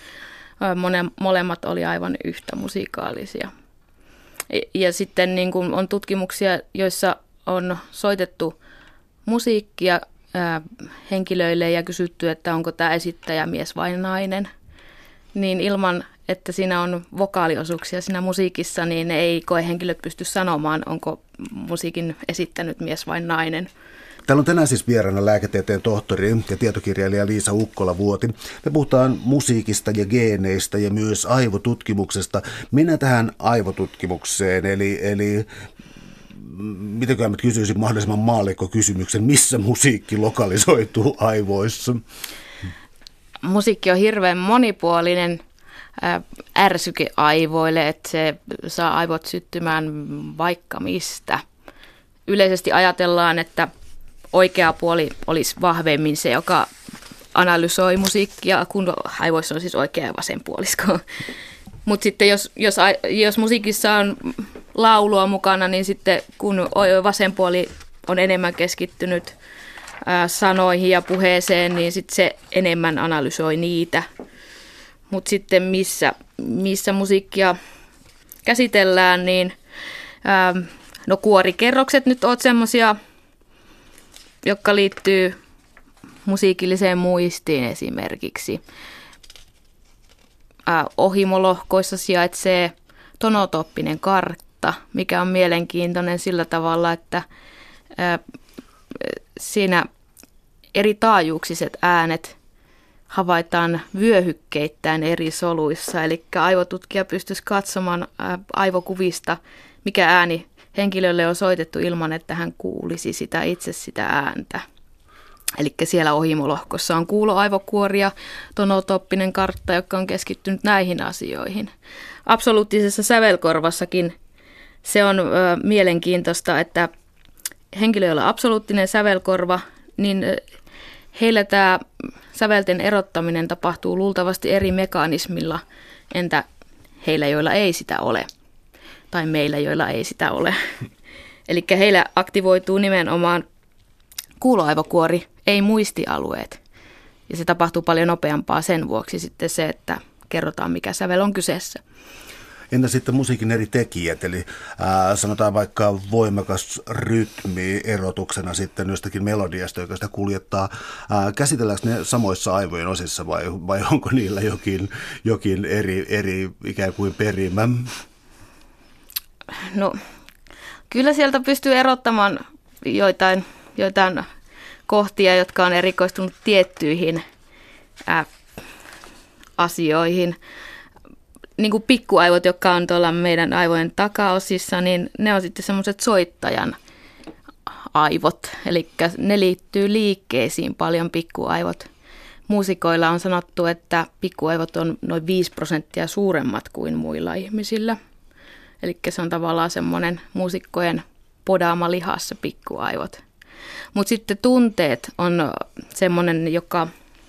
Molemmat oli aivan yhtä musikaalisia. Ja sitten niin kuin on tutkimuksia, joissa on soitettu musiikkia henkilöille ja kysytty, että onko tämä esittäjä mies vai nainen. Niin ilman, että siinä on vokaaliosuuksia siinä musiikissa, niin ei koehenkilöt pysty sanomaan, onko musiikin esittänyt mies vai nainen. Täällä on tänään siis vieraana lääketieteen tohtori ja tietokirjailija Liisa Ukkola-Vuoti. Me puhutaan musiikista ja geeneistä ja myös aivotutkimuksesta. Mennään tähän aivotutkimukseen, eli mitenköhän mä kysyisin mahdollisimman maallikko-kysymyksen, missä musiikki lokalisoituu aivoissa? Musiikki on hirveän monipuolinen ärsyke aivoille, että se saa aivot syttymään vaikka mistä. Yleisesti ajatellaan, että oikea puoli olisi vahvemmin se, joka analysoi musiikkia, kun aivoissa on siis oikea ja vasen puolisko. Mutta sitten jos musiikissa on laulua mukana, niin sitten kun vasen puoli on enemmän keskittynyt sanoihin ja puheeseen, niin sitten se enemmän analysoi niitä. Mutta sitten missä musiikkia käsitellään, niin kuorikerrokset nyt ovat semmoisia, jotka liittyy musiikilliseen muistiin esimerkiksi. ohimolohkoissa sijaitsee tonotooppinen kartta, mikä on mielenkiintoinen sillä tavalla, että siinä eri taajuuksiset äänet havaitaan vyöhykkeittäin eri soluissa. Eli aivotutkija pystyisi katsomaan aivokuvista, mikä ääni henkilölle on soitettu ilman, että hän kuulisi sitä ääntä. Eli siellä ohimolohkossa on kuuloaivokuori ja tonotooppinen kartta, joka on keskittynyt näihin asioihin. Absoluuttisessa sävelkorvassakin se on mielenkiintoista, että henkilö, jolla on absoluuttinen sävelkorva, niin heillä tämä sävelten erottaminen tapahtuu luultavasti eri mekanismilla, entä heillä, joilla ei sitä ole, tai meillä, joilla ei sitä ole. Eli heillä aktivoituu nimenomaan kuuloaivokuori, ei muistialueet. Ja se tapahtuu paljon nopeampaa sen vuoksi sitten se, että kerrotaan, mikä sävel on kyseessä. Entä sitten musiikin eri tekijät, eli sanotaan vaikka voimakas rytmi erotuksena sitten jostakin melodiasta, joka sitä kuljettaa. Käsitelläänkö ne samoissa aivojen osissa vai onko niillä jokin eri ikään kuin perimä? No, kyllä sieltä pystyy erottamaan joitain kohtia, jotka on erikoistunut tiettyihin asioihin. Niin kuin pikkuaivot, jotka on tuolla meidän aivojen takaosissa, niin ne on sitten semmoiset soittajan aivot. Eli ne liittyy liikkeisiin paljon, pikkuaivot. Muusikoilla on sanottu, että pikkuaivot on noin 5% suuremmat kuin muilla ihmisillä. Eli se on tavallaan semmoinen muusikkojen podaama lihassa pikkuaivot. Mutta sitten tunteet on semmoinen, joka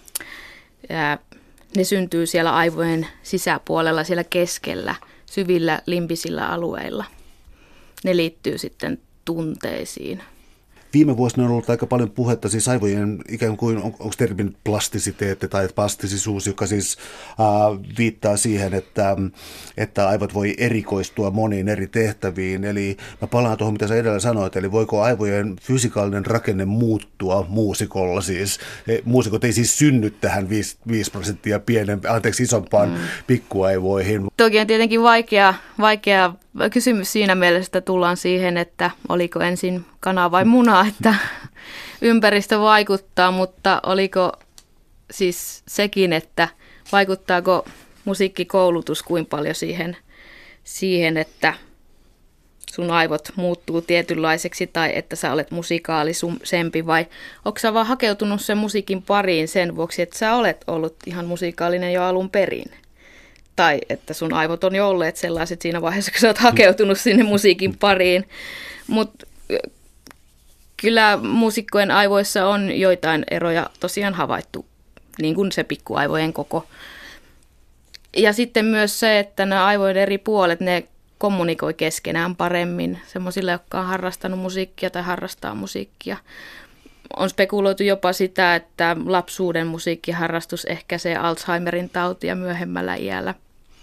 ne syntyy siellä aivojen sisäpuolella, siellä keskellä, syvillä limbisillä alueilla. Ne liittyy sitten tunteisiin. Viime vuosina on ollut aika paljon puhetta siis aivojen ikään kuin, onko termin plastisiteetti tai plastisisuus, joka siis viittaa siihen, että aivot voi erikoistua moniin eri tehtäviin. Eli mä palaan tuohon, mitä sä edellä sanoit, eli voiko aivojen fysikaalinen rakenne muuttua muusikolla siis? Muusikot ei siis synny tähän 5% isompaan pikkuaivoihin. Toki on tietenkin vaikea kysymys siinä mielessä, että tullaan siihen, että oliko ensin kana vai muna, että ympäristö vaikuttaa, mutta oliko siis sekin, että vaikuttaako musiikkikoulutus kuinka paljon siihen, että sun aivot muuttuu tietynlaiseksi tai että sä olet musikaalisempi vai onko sä vaan hakeutunut sen musiikin pariin sen vuoksi, että sä olet ollut ihan musikaalinen jo alun perin. Tai että sun aivot on jo olleet sellaiset siinä vaiheessa, kun sä oot hakeutunut sinne musiikin pariin. Mutta kyllä muusikkojen aivoissa on joitain eroja tosiaan havaittu, niin kuin se pikkuaivojen koko. Ja sitten myös se, että nämä aivojen eri puolet, ne kommunikoi keskenään paremmin semmoisille, jotka on harrastanut musiikkia tai harrastaa musiikkia. On spekuloitu jopa sitä, että lapsuuden musiikkiharrastus ehkäisee Alzheimerin tautia myöhemmällä iällä.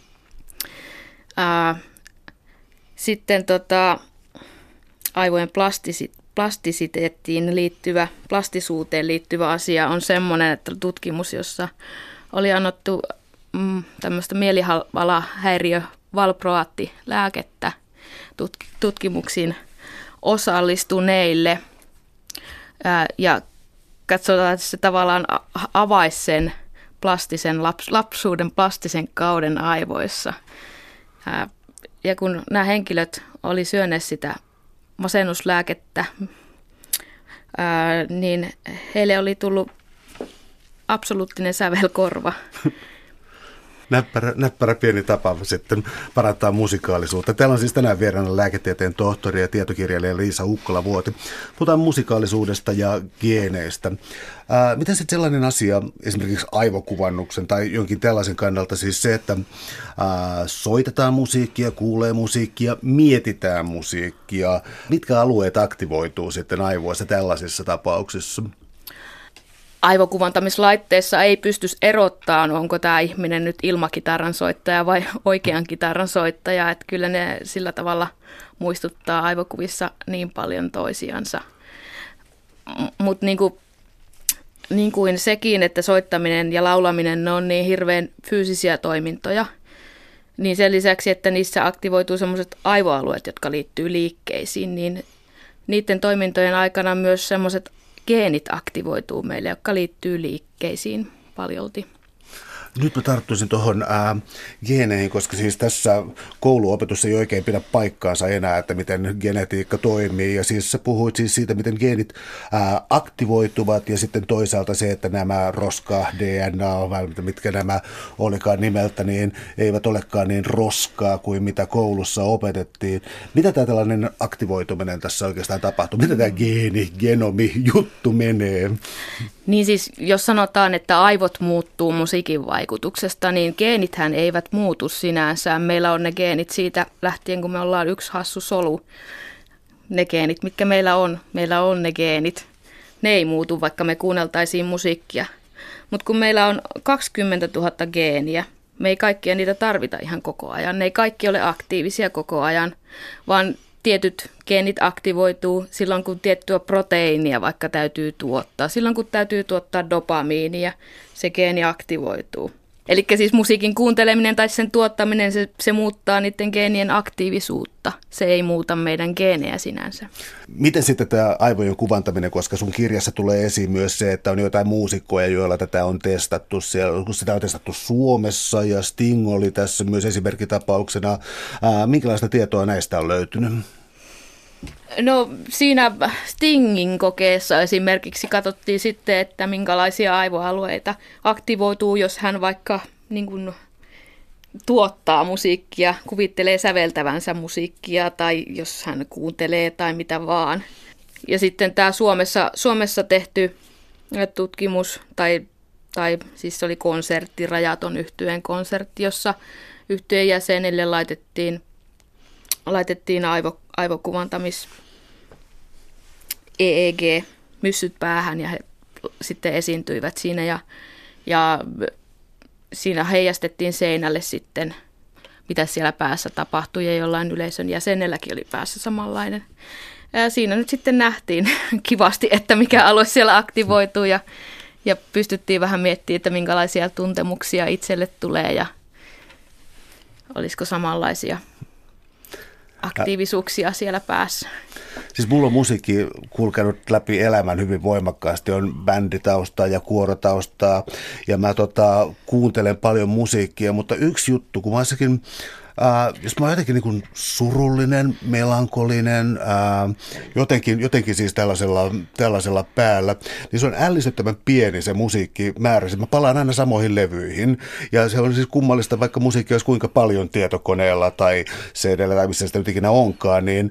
Sitten aivojen plastisuuteen liittyvä asia on semmoinen, että tutkimus, jossa oli annettu tämmöistä mielialahäiriö valproaattilääkettä tutkimuksiin osallistuneille. Ja katsotaan, että se tavallaan avaisi sen lapsuuden plastisen kauden aivoissa. Ja kun nämä henkilöt oli syöneet sitä masennuslääkettä, niin heille oli tullut absoluuttinen sävelkorva. Näppärä pieni tapa sitten parantaa musikaalisuutta. Täällä on siis tänään vieraana lääketieteen tohtori ja tietokirjailija Liisa Ukkola-Vuoti. Puhutaan musikaalisuudesta ja geeneistä. Miten sitten sellainen asia, esimerkiksi aivokuvannuksen tai jonkin tällaisen kannalta, siis se, että soitetaan musiikkia, kuulee musiikkia, mietitään musiikkia. Mitkä alueet aktivoituu sitten aivoissa tällaisissa tapauksissa? Aivokuvantamislaitteessa ei pysty erottamaan, onko tämä ihminen nyt ilmakitaran soittaja vai oikean kitaran soittaja. Että kyllä ne sillä tavalla muistuttaa aivokuvissa niin paljon toisiansa. Mutta niinku, niin kuin sekin, että soittaminen ja laulaminen ne on niin hirveän fyysisiä toimintoja, niin sen lisäksi, että niissä aktivoituu sellaiset aivoalueet, jotka liittyy liikkeisiin, niin niiden toimintojen aikana myös sellaiset geenit aktivoituu meille, jotka liittyy liikkeisiin paljolti. Nyt mä tarttuisin tuohon geeneihin, koska siis tässä kouluopetus ei oikein pidä paikkaansa enää, että miten genetiikka toimii. Ja siis sä puhuit siis siitä, miten geenit aktivoituvat ja sitten toisaalta se, että nämä DNA, vai mitkä nämä olikaan nimeltä, niin eivät olekaan niin roskaa kuin mitä koulussa opetettiin. Mitä tämä tällainen aktivoituminen tässä oikeastaan tapahtuu? Mitä tämä genomi juttu menee? Niin siis, jos sanotaan, että aivot muuttuu musiikin vaikutuksesta, niin geenithän eivät muutu sinänsä. Meillä on ne geenit siitä lähtien, kun me ollaan yksi hassu solu. Ne geenit, mitkä meillä on ne geenit. Ne ei muutu, vaikka me kuunneltaisiin musiikkia. Mutta kun meillä on 20 000 geeniä, me ei kaikkia niitä tarvita ihan koko ajan. Ne ei kaikki ole aktiivisia koko ajan, vaan tietyt geenit aktivoituu silloin, kun tiettyä proteiinia vaikka täytyy tuottaa. Silloin, kun täytyy tuottaa dopamiinia, se geeni aktivoituu. Eli siis musiikin kuunteleminen tai sen tuottaminen, se muuttaa niiden geenien aktiivisuutta. Se ei muuta meidän geenejä sinänsä. Miten sitten tämä aivojen kuvantaminen, koska sun kirjassa tulee esiin myös se, että on jotain muusikkoja, joilla tätä on testattu. Sitä on testattu Suomessa ja Sting oli tässä myös esimerkkitapauksena. Minkälaista tietoa näistä on löytynyt? No siinä Stingin kokeessa esimerkiksi katsottiin sitten, että minkälaisia aivoalueita aktivoituu, jos hän vaikka niin kuin tuottaa musiikkia, kuvittelee säveltävänsä musiikkia tai jos hän kuuntelee tai mitä vaan. Ja sitten tämä Suomessa tehty tutkimus tai siis se oli konsertti, Rajaton Yhtyeen konsertti, jossa yhtyeen jäsenille laitettiin aivokuvantamis EEG-myssyt päähän ja he sitten esiintyivät siinä ja siinä heijastettiin seinälle sitten, mitä siellä päässä tapahtui ja jollain yleisön jäsenelläkin oli päässä samanlainen. Ja siinä nyt sitten nähtiin kivasti, että mikä alue siellä aktivoituu ja pystyttiin vähän miettimään, että minkälaisia tuntemuksia itselle tulee ja olisiko samanlaisia aktiivisuuksia siellä päässä. Siis mulla on musiikki kulkenut läpi elämän hyvin voimakkaasti, on bänditaustaa ja kuorotaustaa ja mä kuuntelen paljon musiikkia, mutta yksi juttu, kun mä jos mä oon jotenkin niin kuin surullinen, melankolinen, jotenkin siis tällaisella päällä, niin se on ällistyttävän pieni se musiikkimäärä. Mä palaan aina samoihin levyihin. Ja se on siis kummallista, vaikka musiikki olisi kuinka paljon tietokoneella tai CD:llä tai missä sitä nyt ikinä onkaan, niin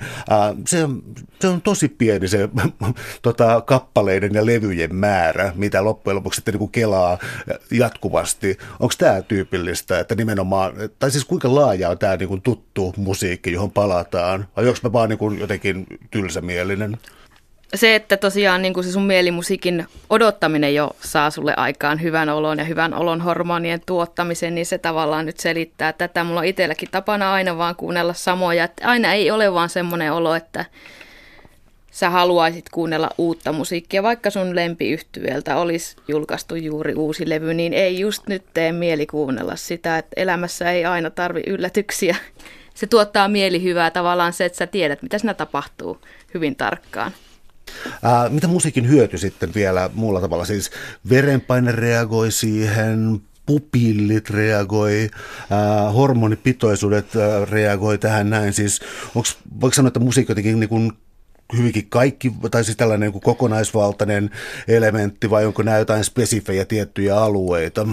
se on tosi pieni se kappaleiden ja levyjen määrä, mitä loppujen lopuksi sitten niin kuin kelaa jatkuvasti. Onko tämä tyypillistä, että nimenomaan, tai siis kuinka laaja tämä niin kuin tuttu musiikki, johon palataan, vai onko mä vaan niin kuin jotenkin tylsämielinen? Se, että tosiaan niin kuin se sun mielimusiikin odottaminen jo saa sulle aikaan hyvän olon ja hyvän olon hormonien tuottamisen, niin se tavallaan nyt selittää tätä. Mulla on itselläkin tapana aina vaan kuunnella samoja, että aina ei ole vaan semmoinen olo, että sä haluaisit kuunnella uutta musiikkia, vaikka sun lempiyhtyeeltä olisi julkaistu juuri uusi levy, niin ei just nyt tee mieli kuunnella sitä, että elämässä ei aina tarvi yllätyksiä. Se tuottaa mielihyvää tavallaan se, että sä tiedät, mitä siinä tapahtuu hyvin tarkkaan. Mitä musiikin hyöty sitten vielä muulla tavalla? Siis verenpaine reagoi siihen, pupillit reagoi, hormonipitoisuudet reagoi tähän näin. Siis voiko sanoa, että musiikki jotenkin niin kuin hyvinkin kaikki, tai siis tällainen niin kuin kokonaisvaltainen elementti, vai onko nämä jotain spesifejä tiettyjä alueita?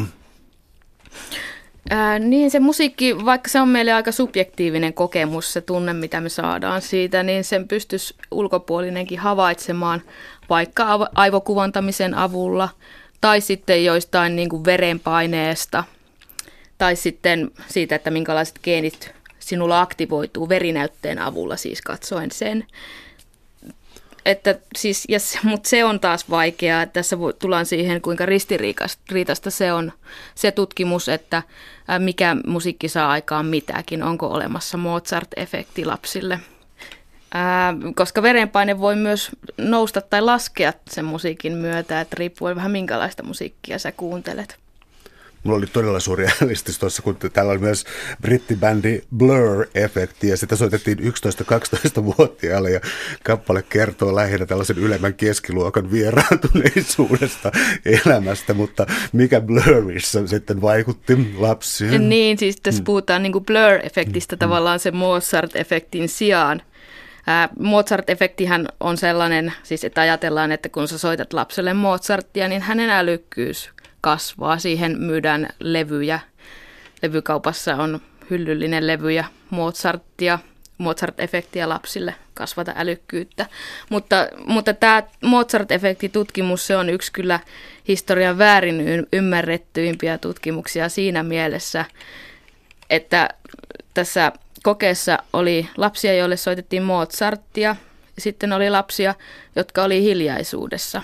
Niin se musiikki, vaikka se on meille aika subjektiivinen kokemus, se tunne, mitä me saadaan siitä, niin sen pystyisi ulkopuolinenkin havaitsemaan vaikka aivokuvantamisen avulla, tai sitten joistain niin kuin verenpaineesta, tai sitten siitä, että minkälaiset geenit sinulla aktivoituu verinäytteen avulla, siis katsoen sen. Että siis, mutta se on taas vaikeaa, että tässä tullaan siihen, kuinka ristiriitaista se on se tutkimus, että mikä musiikki saa aikaan mitäkin, onko olemassa Mozart-efekti lapsille. Koska verenpaine voi myös nousta tai laskea sen musiikin myötä, että riippuen vähän minkälaista musiikkia sä kuuntelet. Mulla oli todella suuri ällistys tuossa, kun täällä oli myös brittibändi Blur-efekti ja sitä soitettiin 11-12-vuotiaille ja kappale kertoo lähinnä tällaisen ylemmän keskiluokan vieraantuneisuudesta elämästä, mutta mikä Blurissa sitten vaikutti lapsiin? Niin, siis tässä puhutaan niin kuin Blur-efektistä tavallaan se Mozart-efektin sijaan. Mozart-efektihän on sellainen, siis että ajatellaan, että kun sä soitat lapselle Mozartia, niin hänen älykkyys kasvaa. Siihen myydään levyjä. Levykaupassa on hyllyllinen levyjä Mozartia, Mozart-efektiä lapsille kasvata älykkyyttä. Mutta tämä Mozart-efektitutkimus, se on yksi kyllä historian väärin ymmärrettyimpiä tutkimuksia siinä mielessä, että tässä kokeessa oli lapsia, joille soitettiin Mozartia, ja sitten oli lapsia, jotka oli hiljaisuudessa.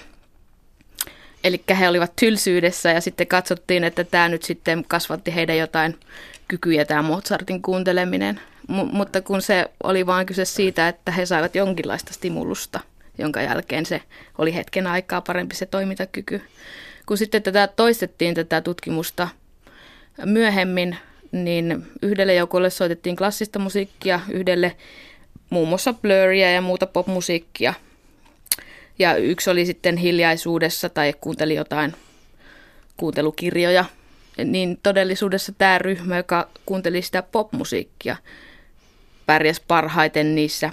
Eli he olivat tylsyydessä ja sitten katsottiin, että tämä nyt sitten kasvatti heidän jotain kykyjä, tämä Mozartin kuunteleminen. Mutta kun se oli vaan kyse siitä, että he saivat jonkinlaista stimulusta, jonka jälkeen se oli hetken aikaa parempi se toimintakyky. Kun sitten toistettiin tätä tutkimusta myöhemmin, niin yhdelle joukolle soitettiin klassista musiikkia, yhdelle muun muassa Bluria ja muuta popmusiikkia. Ja yksi oli sitten hiljaisuudessa tai kuunteli jotain kuuntelukirjoja. Niin todellisuudessa tämä ryhmä, joka kuunteli sitä popmusiikkia, pärjäsi parhaiten niissä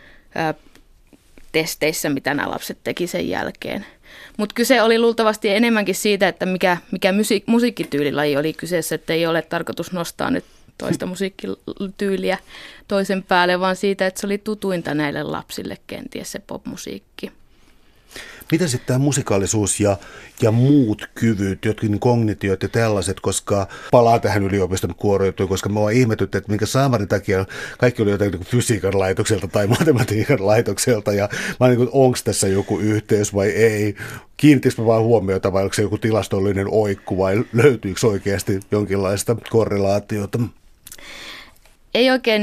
testeissä, mitä nämä lapset teki sen jälkeen. Mutta kyse oli luultavasti enemmänkin siitä, että mikä musiikkityylilaji oli kyseessä, että ei ole tarkoitus nostaa nyt toista musiikkityyliä toisen päälle, vaan siitä, että se oli tutuinta näille lapsille kenties se popmusiikki. Mitä sitten tämä musikaalisuus ja muut kyvyt, jotkin kognitiot ja tällaiset, koska palaa tähän yliopiston kuorojutuun, koska mä oon ihmetynyt, että minkä saamarin takia kaikki oli jotain fysiikan laitokselta tai matematiikan laitokselta ja mä oon onko tässä joku yhteys vai ei. Kiinnitikö mä vaan huomiota vai onko se joku tilastollinen oikku vai löytyykö oikeasti jonkinlaista korrelaatiota? Ei oikein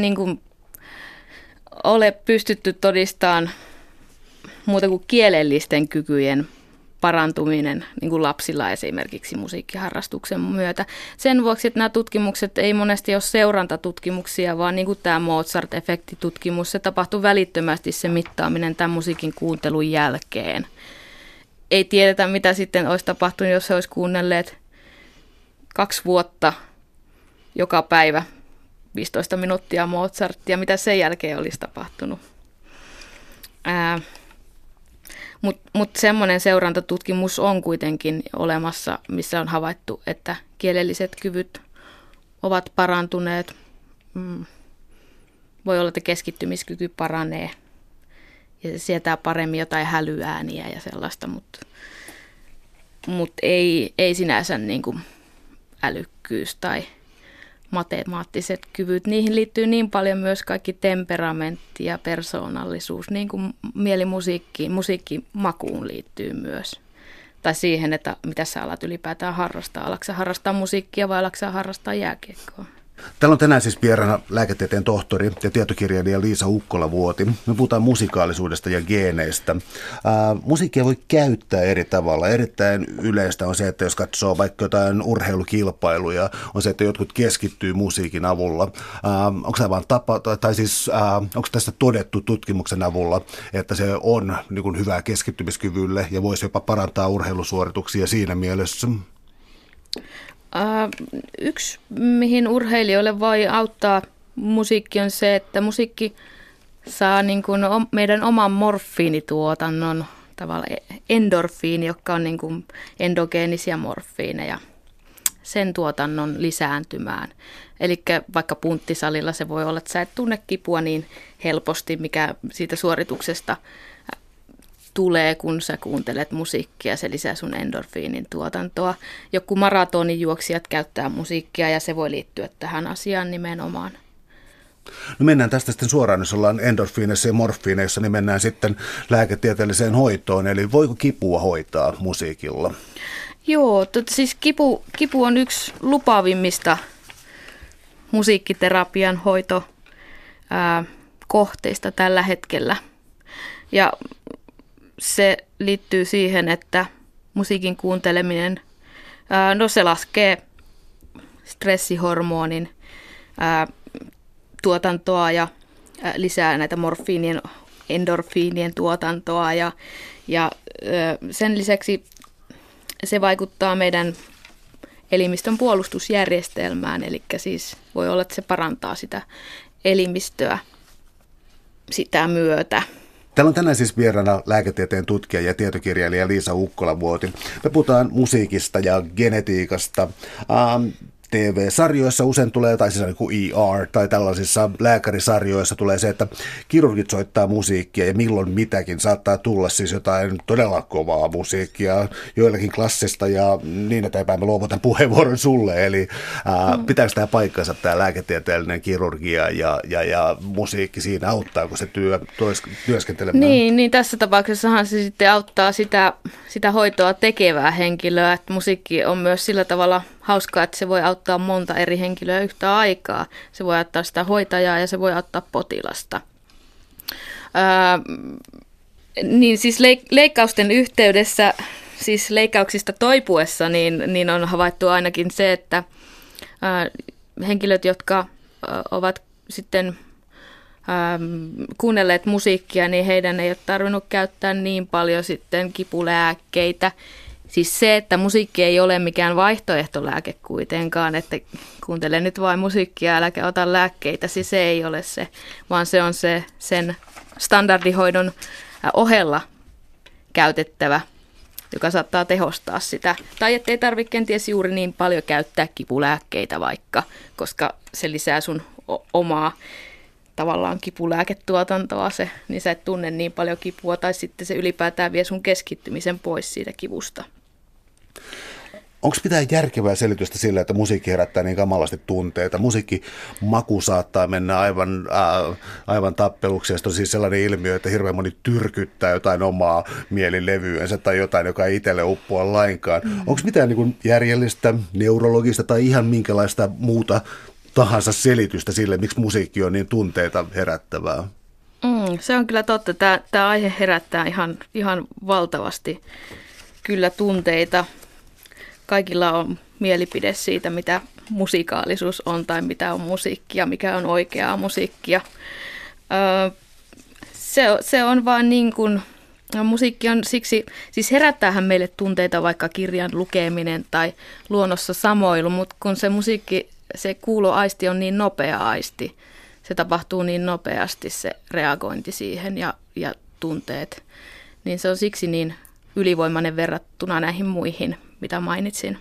ole pystytty todistamaan muuta kuin kielellisten kykyjen parantuminen niin kuin lapsilla esimerkiksi musiikkiharrastuksen myötä. Sen vuoksi, että nämä tutkimukset ei monesti ole seurantatutkimuksia, vaan niin kuin tämä Mozart-efektitutkimus, se tapahtui välittömästi se mittaaminen tämän musiikin kuuntelun jälkeen. Ei tiedetä, mitä sitten olisi tapahtunut, jos he olisi kuunnelleet 2 vuotta joka päivä 15 minuuttia Mozartia, mitä sen jälkeen olisi tapahtunut. Mutta semmoinen seurantatutkimus on kuitenkin olemassa, missä on havaittu, että kielelliset kyvyt ovat parantuneet. Voi olla, että keskittymiskyky paranee ja se sietää paremmin jotain hälyääniä ja sellaista, mutta ei sinänsä niin kuin älykkyys tai matemaattiset kyvyt. Niihin liittyy niin paljon myös kaikki temperamentti ja persoonallisuus, niin kuin musiikkimakuun liittyy myös. Tai siihen, että mitä sä alat ylipäätään harrastaa. Alatko sä harrastaa musiikkia vai alatko sä harrastaa jääkiekkoa? Täällä on tänään siis vieraana lääketieteen tohtori ja tietokirjailija Liisa Ukkola-Vuoti. Me puhutaan musikaalisuudesta ja geeneistä. Musiikkia voi käyttää eri tavalla. Erittäin yleistä on se, että jos katsoo vaikka jotain urheilukilpailuja, on se, että jotkut keskittyy musiikin avulla. Onko se vaan tapa, tai siis onko tässä todettu tutkimuksen avulla, että se on niin kuin hyvää keskittymiskyvylle ja voisi jopa parantaa urheilusuorituksia siinä mielessä? Yksi, mihin urheilijoille voi auttaa musiikki, on se, että musiikki saa niin kuin meidän oman morfiinituotannon, tavallaan endorfiini, joka on niin kuin endogeenisia morfiineja, sen tuotannon lisääntymään. Eli vaikka punttisalilla se voi olla, että sä et tunne kipua niin helposti, mikä siitä suorituksesta tulee, kun sä kuuntelet musiikkia, se lisää sun endorfiinin tuotantoa. Joku maratonijuoksijat käyttää musiikkia ja se voi liittyä tähän asiaan nimenomaan. No mennään tästä sitten suoraan, jos ollaan endorfiineissa ja morfiineissa, niin mennään sitten lääketieteelliseen hoitoon. Eli voiko kipua hoitaa musiikilla? Joo, siis kipu on yksi lupaavimmista musiikkiterapian hoitokulmista. kohteista tällä hetkellä. Ja se liittyy siihen, että musiikin kuunteleminen, se laskee stressihormonin tuotantoa ja lisää näitä morfiinien, endorfiinien tuotantoa ja sen lisäksi se vaikuttaa meidän elimistön puolustusjärjestelmään, eli siis voi olla, että se parantaa sitä elimistöä sitä myötä. Täällä on tänään siis vieraana lääketieteen tutkija ja tietokirjailija Liisa Ukkolavuoti. Me puhutaan musiikista ja genetiikasta. TV-sarjoissa usein tulee, tai siis niin kuin ER tai tällaisissa lääkärisarjoissa tulee se, että kirurgit soittaa musiikkia ja milloin mitäkin saattaa tulla siis jotain todella kovaa musiikkia, joillakin klassista ja niin eteenpäin mä luovutan puheenvuoron sulle. Eli pitääkö tämä paikkansa, tämä lääketieteellinen kirurgia ja musiikki siinä, auttaako se työskentelemään? Niin tässä tapauksessahan se sitten auttaa sitä hoitoa tekevää henkilöä, että musiikki on myös sillä tavalla hauskaa, että se voi auttaa monta eri henkilöä yhtä aikaa. Se voi auttaa sitä hoitajaa ja se voi auttaa potilasta. Niin siis leikkausten yhteydessä, siis leikkauksista toipuessa, niin on havaittu ainakin se, että henkilöt, jotka ovat sitten kuunnelleet musiikkia, niin heidän ei ole tarvinnut käyttää niin paljon sitten kipulääkkeitä. Siis se, että musiikki ei ole mikään vaihtoehtolääke kuitenkaan, että kuuntele nyt vain musiikkia, äläkä ota lääkkeitä, siis se ei ole se, vaan se on se sen standardihoidon ohella käytettävä, joka saattaa tehostaa sitä. Tai ettei tarvitse kenties juuri niin paljon käyttää kipulääkkeitä vaikka, koska se lisää sun omaa tavallaan kipulääketuotantoa se, niin sä et tunne niin paljon kipua, tai sitten se ylipäätään vie sun keskittymisen pois siitä kivusta. Onko mitään järkevää selitystä sillä, että musiikki herättää niin kamalasti tunteita? Musiikkimaku saattaa mennä aivan tappeluksi, ja on siis sellainen ilmiö, että hirveän moni tyrkyttää jotain omaa mielilevyänsä tai jotain, joka ei itselle uppoa lainkaan. Onko mitään niin kuin järjellistä, neurologista tai ihan minkälaista muuta tahansa selitystä sille, miksi musiikki on niin tunteita herättävää? Se on kyllä totta. Tämä aihe herättää ihan valtavasti kyllä tunteita. Kaikilla on mielipide siitä, mitä musikaalisuus on tai mitä on musiikkia, mikä on oikeaa musiikkia. Se on vaan niin kuin, musiikki on siksi, siis herättäähän meille tunteita vaikka kirjan lukeminen tai luonnossa samoilu, mutta kun se musiikki, se kuuloaisti on niin nopea aisti, se tapahtuu niin nopeasti se reagointi siihen ja tunteet, niin se on siksi niin ylivoimainen verrattuna näihin muihin, mitä mainitsin.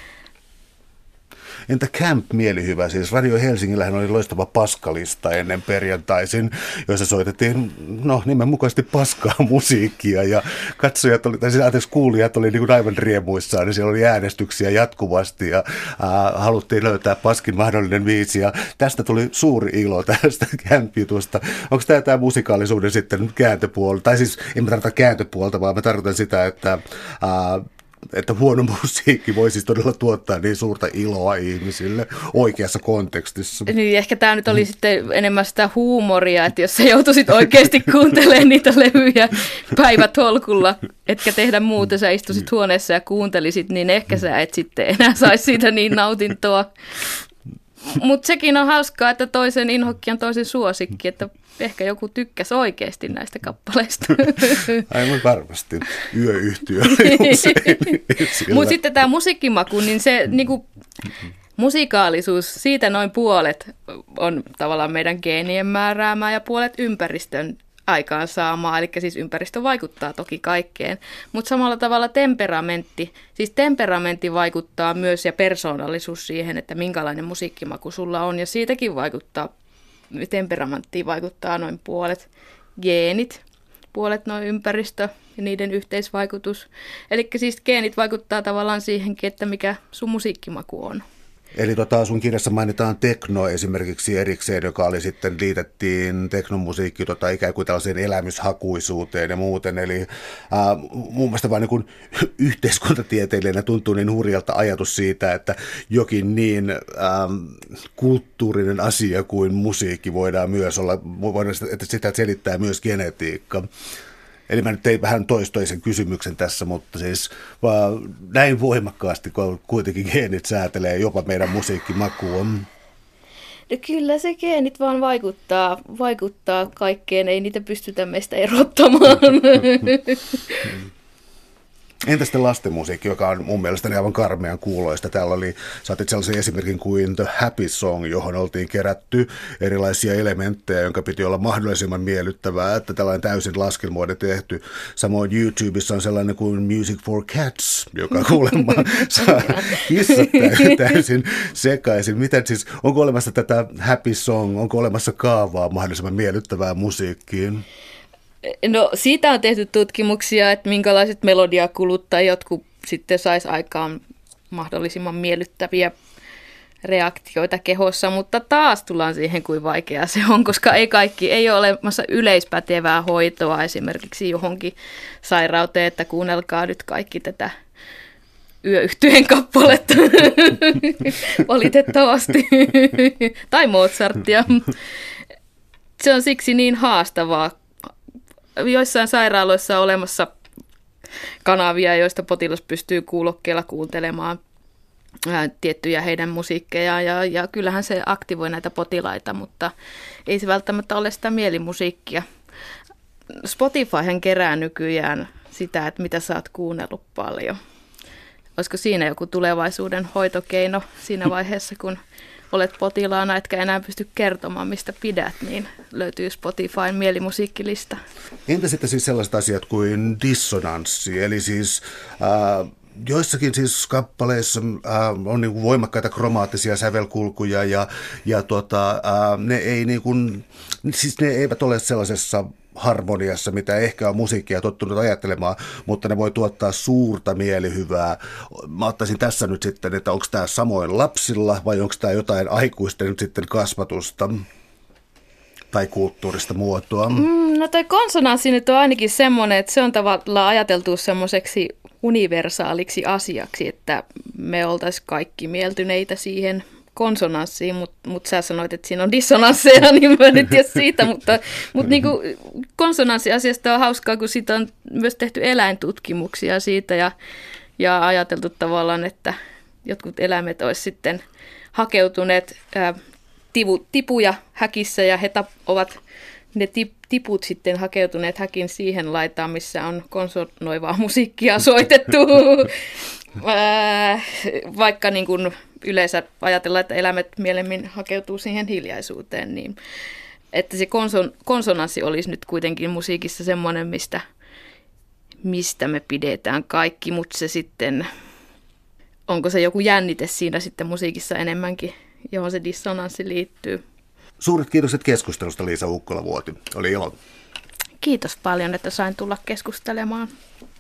Entä Camp-mielihyvä? Siis Radio Helsingillähän oli loistava paskalista ennen perjantaisin, joissa soitettiin nimenmukaisesti paskaa musiikkia ja katsojat kuulijat oli niin kuin aivan riemuissaan, niin siellä oli äänestyksiä jatkuvasti ja haluttiin löytää paskin mahdollinen biisi ja tästä tuli suuri ilo tästä Camp-jutusta. Onko tämä musikaalisuuden sitten kääntöpuoli? Tai siis en mä tarkoita kääntöpuolta, vaan mä tarkoitan sitä, että huono musiikki voi siis todella tuottaa niin suurta iloa ihmisille oikeassa kontekstissa. Niin, ehkä tämä nyt oli sitten enemmän sitä huumoria, että jos sä joutuisit oikeasti kuuntelemaan niitä levyjä päivätolkulla, etkä tehdä muuta, sä istuisit huoneessa ja kuuntelisit, niin ehkä sä et sitten enää saisi siitä niin nautintoa. Mutta sekin on hauskaa, että toisen inhokki on toisen suosikki, että ehkä joku tykkäsi oikeasti näistä kappaleista. Aivan varmasti. Yöyhtiö. Mutta sitten tämä musiikkimaku, niin se niinku, musikaalisuus, siitä noin puolet on tavallaan meidän geenien määräämää ja puolet ympäristön aikaansaamaa. Eli siis ympäristö vaikuttaa toki kaikkeen, mutta samalla tavalla temperamentti vaikuttaa myös ja persoonallisuus siihen, että minkälainen musiikkimaku sulla on ja siitäkin temperamenttiin vaikuttaa noin puolet geenit, puolet noin ympäristö ja niiden yhteisvaikutus. Eli siis geenit vaikuttaa tavallaan siihenkin, että mikä sun musiikkimaku on. Eli sun kirjassa mainitaan tekno esimerkiksi erikseen, joka oli sitten liitettiin teknomusiikki ikään kuin tällaiseen elämyshakuisuuteen ja muuten. Eli mun mielestä vaan niin yhteiskuntatieteilijänä tuntuu niin hurjalta ajatus siitä, että jokin niin kulttuurinen asia kuin musiikki voidaan myös olla, että sitä selittää myös genetiikka. Eli mä nyt tein vähän toistoisen kysymyksen tässä, mutta siis näin voimakkaasti, kun kuitenkin geenit säätelee jopa meidän musiikkimakua. No kyllä se geenit vaan vaikuttaa kaikkeen, ei niitä pystytä meistä erottamaan. Entä sitten lastenmusiikki, joka on mun mielestäni aivan karmean kuuloista? Täällä saatit sellaisen esimerkin kuin The Happy Song, johon oltiin kerätty erilaisia elementtejä, jonka piti olla mahdollisimman miellyttävää, että tällainen täysin laskelmoiden tehty. Samoin YouTubessa on sellainen kuin Music for Cats, joka kuulemma saa kissat täysin sekaisin. Miten siis, onko olemassa tätä Happy Song, onko olemassa kaavaa mahdollisimman miellyttävää musiikkiin? No siitä on tehty tutkimuksia, että minkälaiset melodiakulut tai jotkut sitten saisi aikaan mahdollisimman miellyttäviä reaktioita kehossa, mutta taas tullaan siihen, kuin vaikeaa se on, koska ei ole olemassa yleispätevää hoitoa esimerkiksi johonkin sairauteen, että kuunnelkaa nyt kaikki tätä Yöyhtyeen kappaletta, valitettavasti, tai Mozartia. Se on siksi niin haastavaa. Joissain sairaaloissa on olemassa kanavia, joista potilas pystyy kuulokkeella kuuntelemaan tiettyjä heidän musiikkeja ja kyllähän se aktivoi näitä potilaita, mutta ei se välttämättä ole sitä mielimusiikkia. Spotifyhan kerää nykyään sitä, että mitä sä oot kuunnellut paljon. Olisiko siinä joku tulevaisuuden hoitokeino siinä vaiheessa, kun olet potilaana, etkä enää pysty kertomaan, mistä pidät, niin löytyy Spotifyn mielimusiikkilista. Entä sitten siis sellaiset asiat kuin dissonanssi, eli siis joissakin siis kappaleissa on niin kuin voimakkaita kromaattisia sävelkulkuja ne ei niin kuin, siis ne eivät ole sellaisessa harmoniassa, mitä ehkä on musiikkia tottunut ajattelemaan, mutta ne voi tuottaa suurta mielihyvää. Mä ottaisin tässä nyt sitten, että onko tämä samoin lapsilla vai onko tämä jotain aikuisten nyt sitten kasvatusta tai kulttuurista muotoa? No toi konsonanssi nyt on ainakin semmoinen, että se on tavallaan ajateltu semmoiseksi universaaliksi asiaksi, että me oltaisiin kaikki mieltyneitä siihen konsonanssiin, mutta sä sanoit, että siinä on dissonansseja, niin mä en tiedä siitä, mutta niin kuin konsonanssiasiasta on hauskaa, kun siitä on myös tehty eläintutkimuksia siitä ja ajateltu tavallaan, että jotkut eläimet olisi sitten hakeutuneet tipuja häkissä ja he ovat ne tiput sitten hakeutuneet häkin siihen laitaan, missä on konsonoivaa musiikkia soitettu, vaikka niin kuin yleensä ajatellaan, että eläimet mielemmin hakeutuu siihen hiljaisuuteen, niin että se konsonanssi olisi nyt kuitenkin musiikissa semmoinen, mistä me pidetään kaikki, mutta se sitten, onko se joku jännite siinä sitten musiikissa enemmänkin, johon se dissonanssi liittyy. Suuret kiitokset keskustelusta, Liisa Ukkola-Vuoti. Oli ilo. Kiitos paljon, että sain tulla keskustelemaan.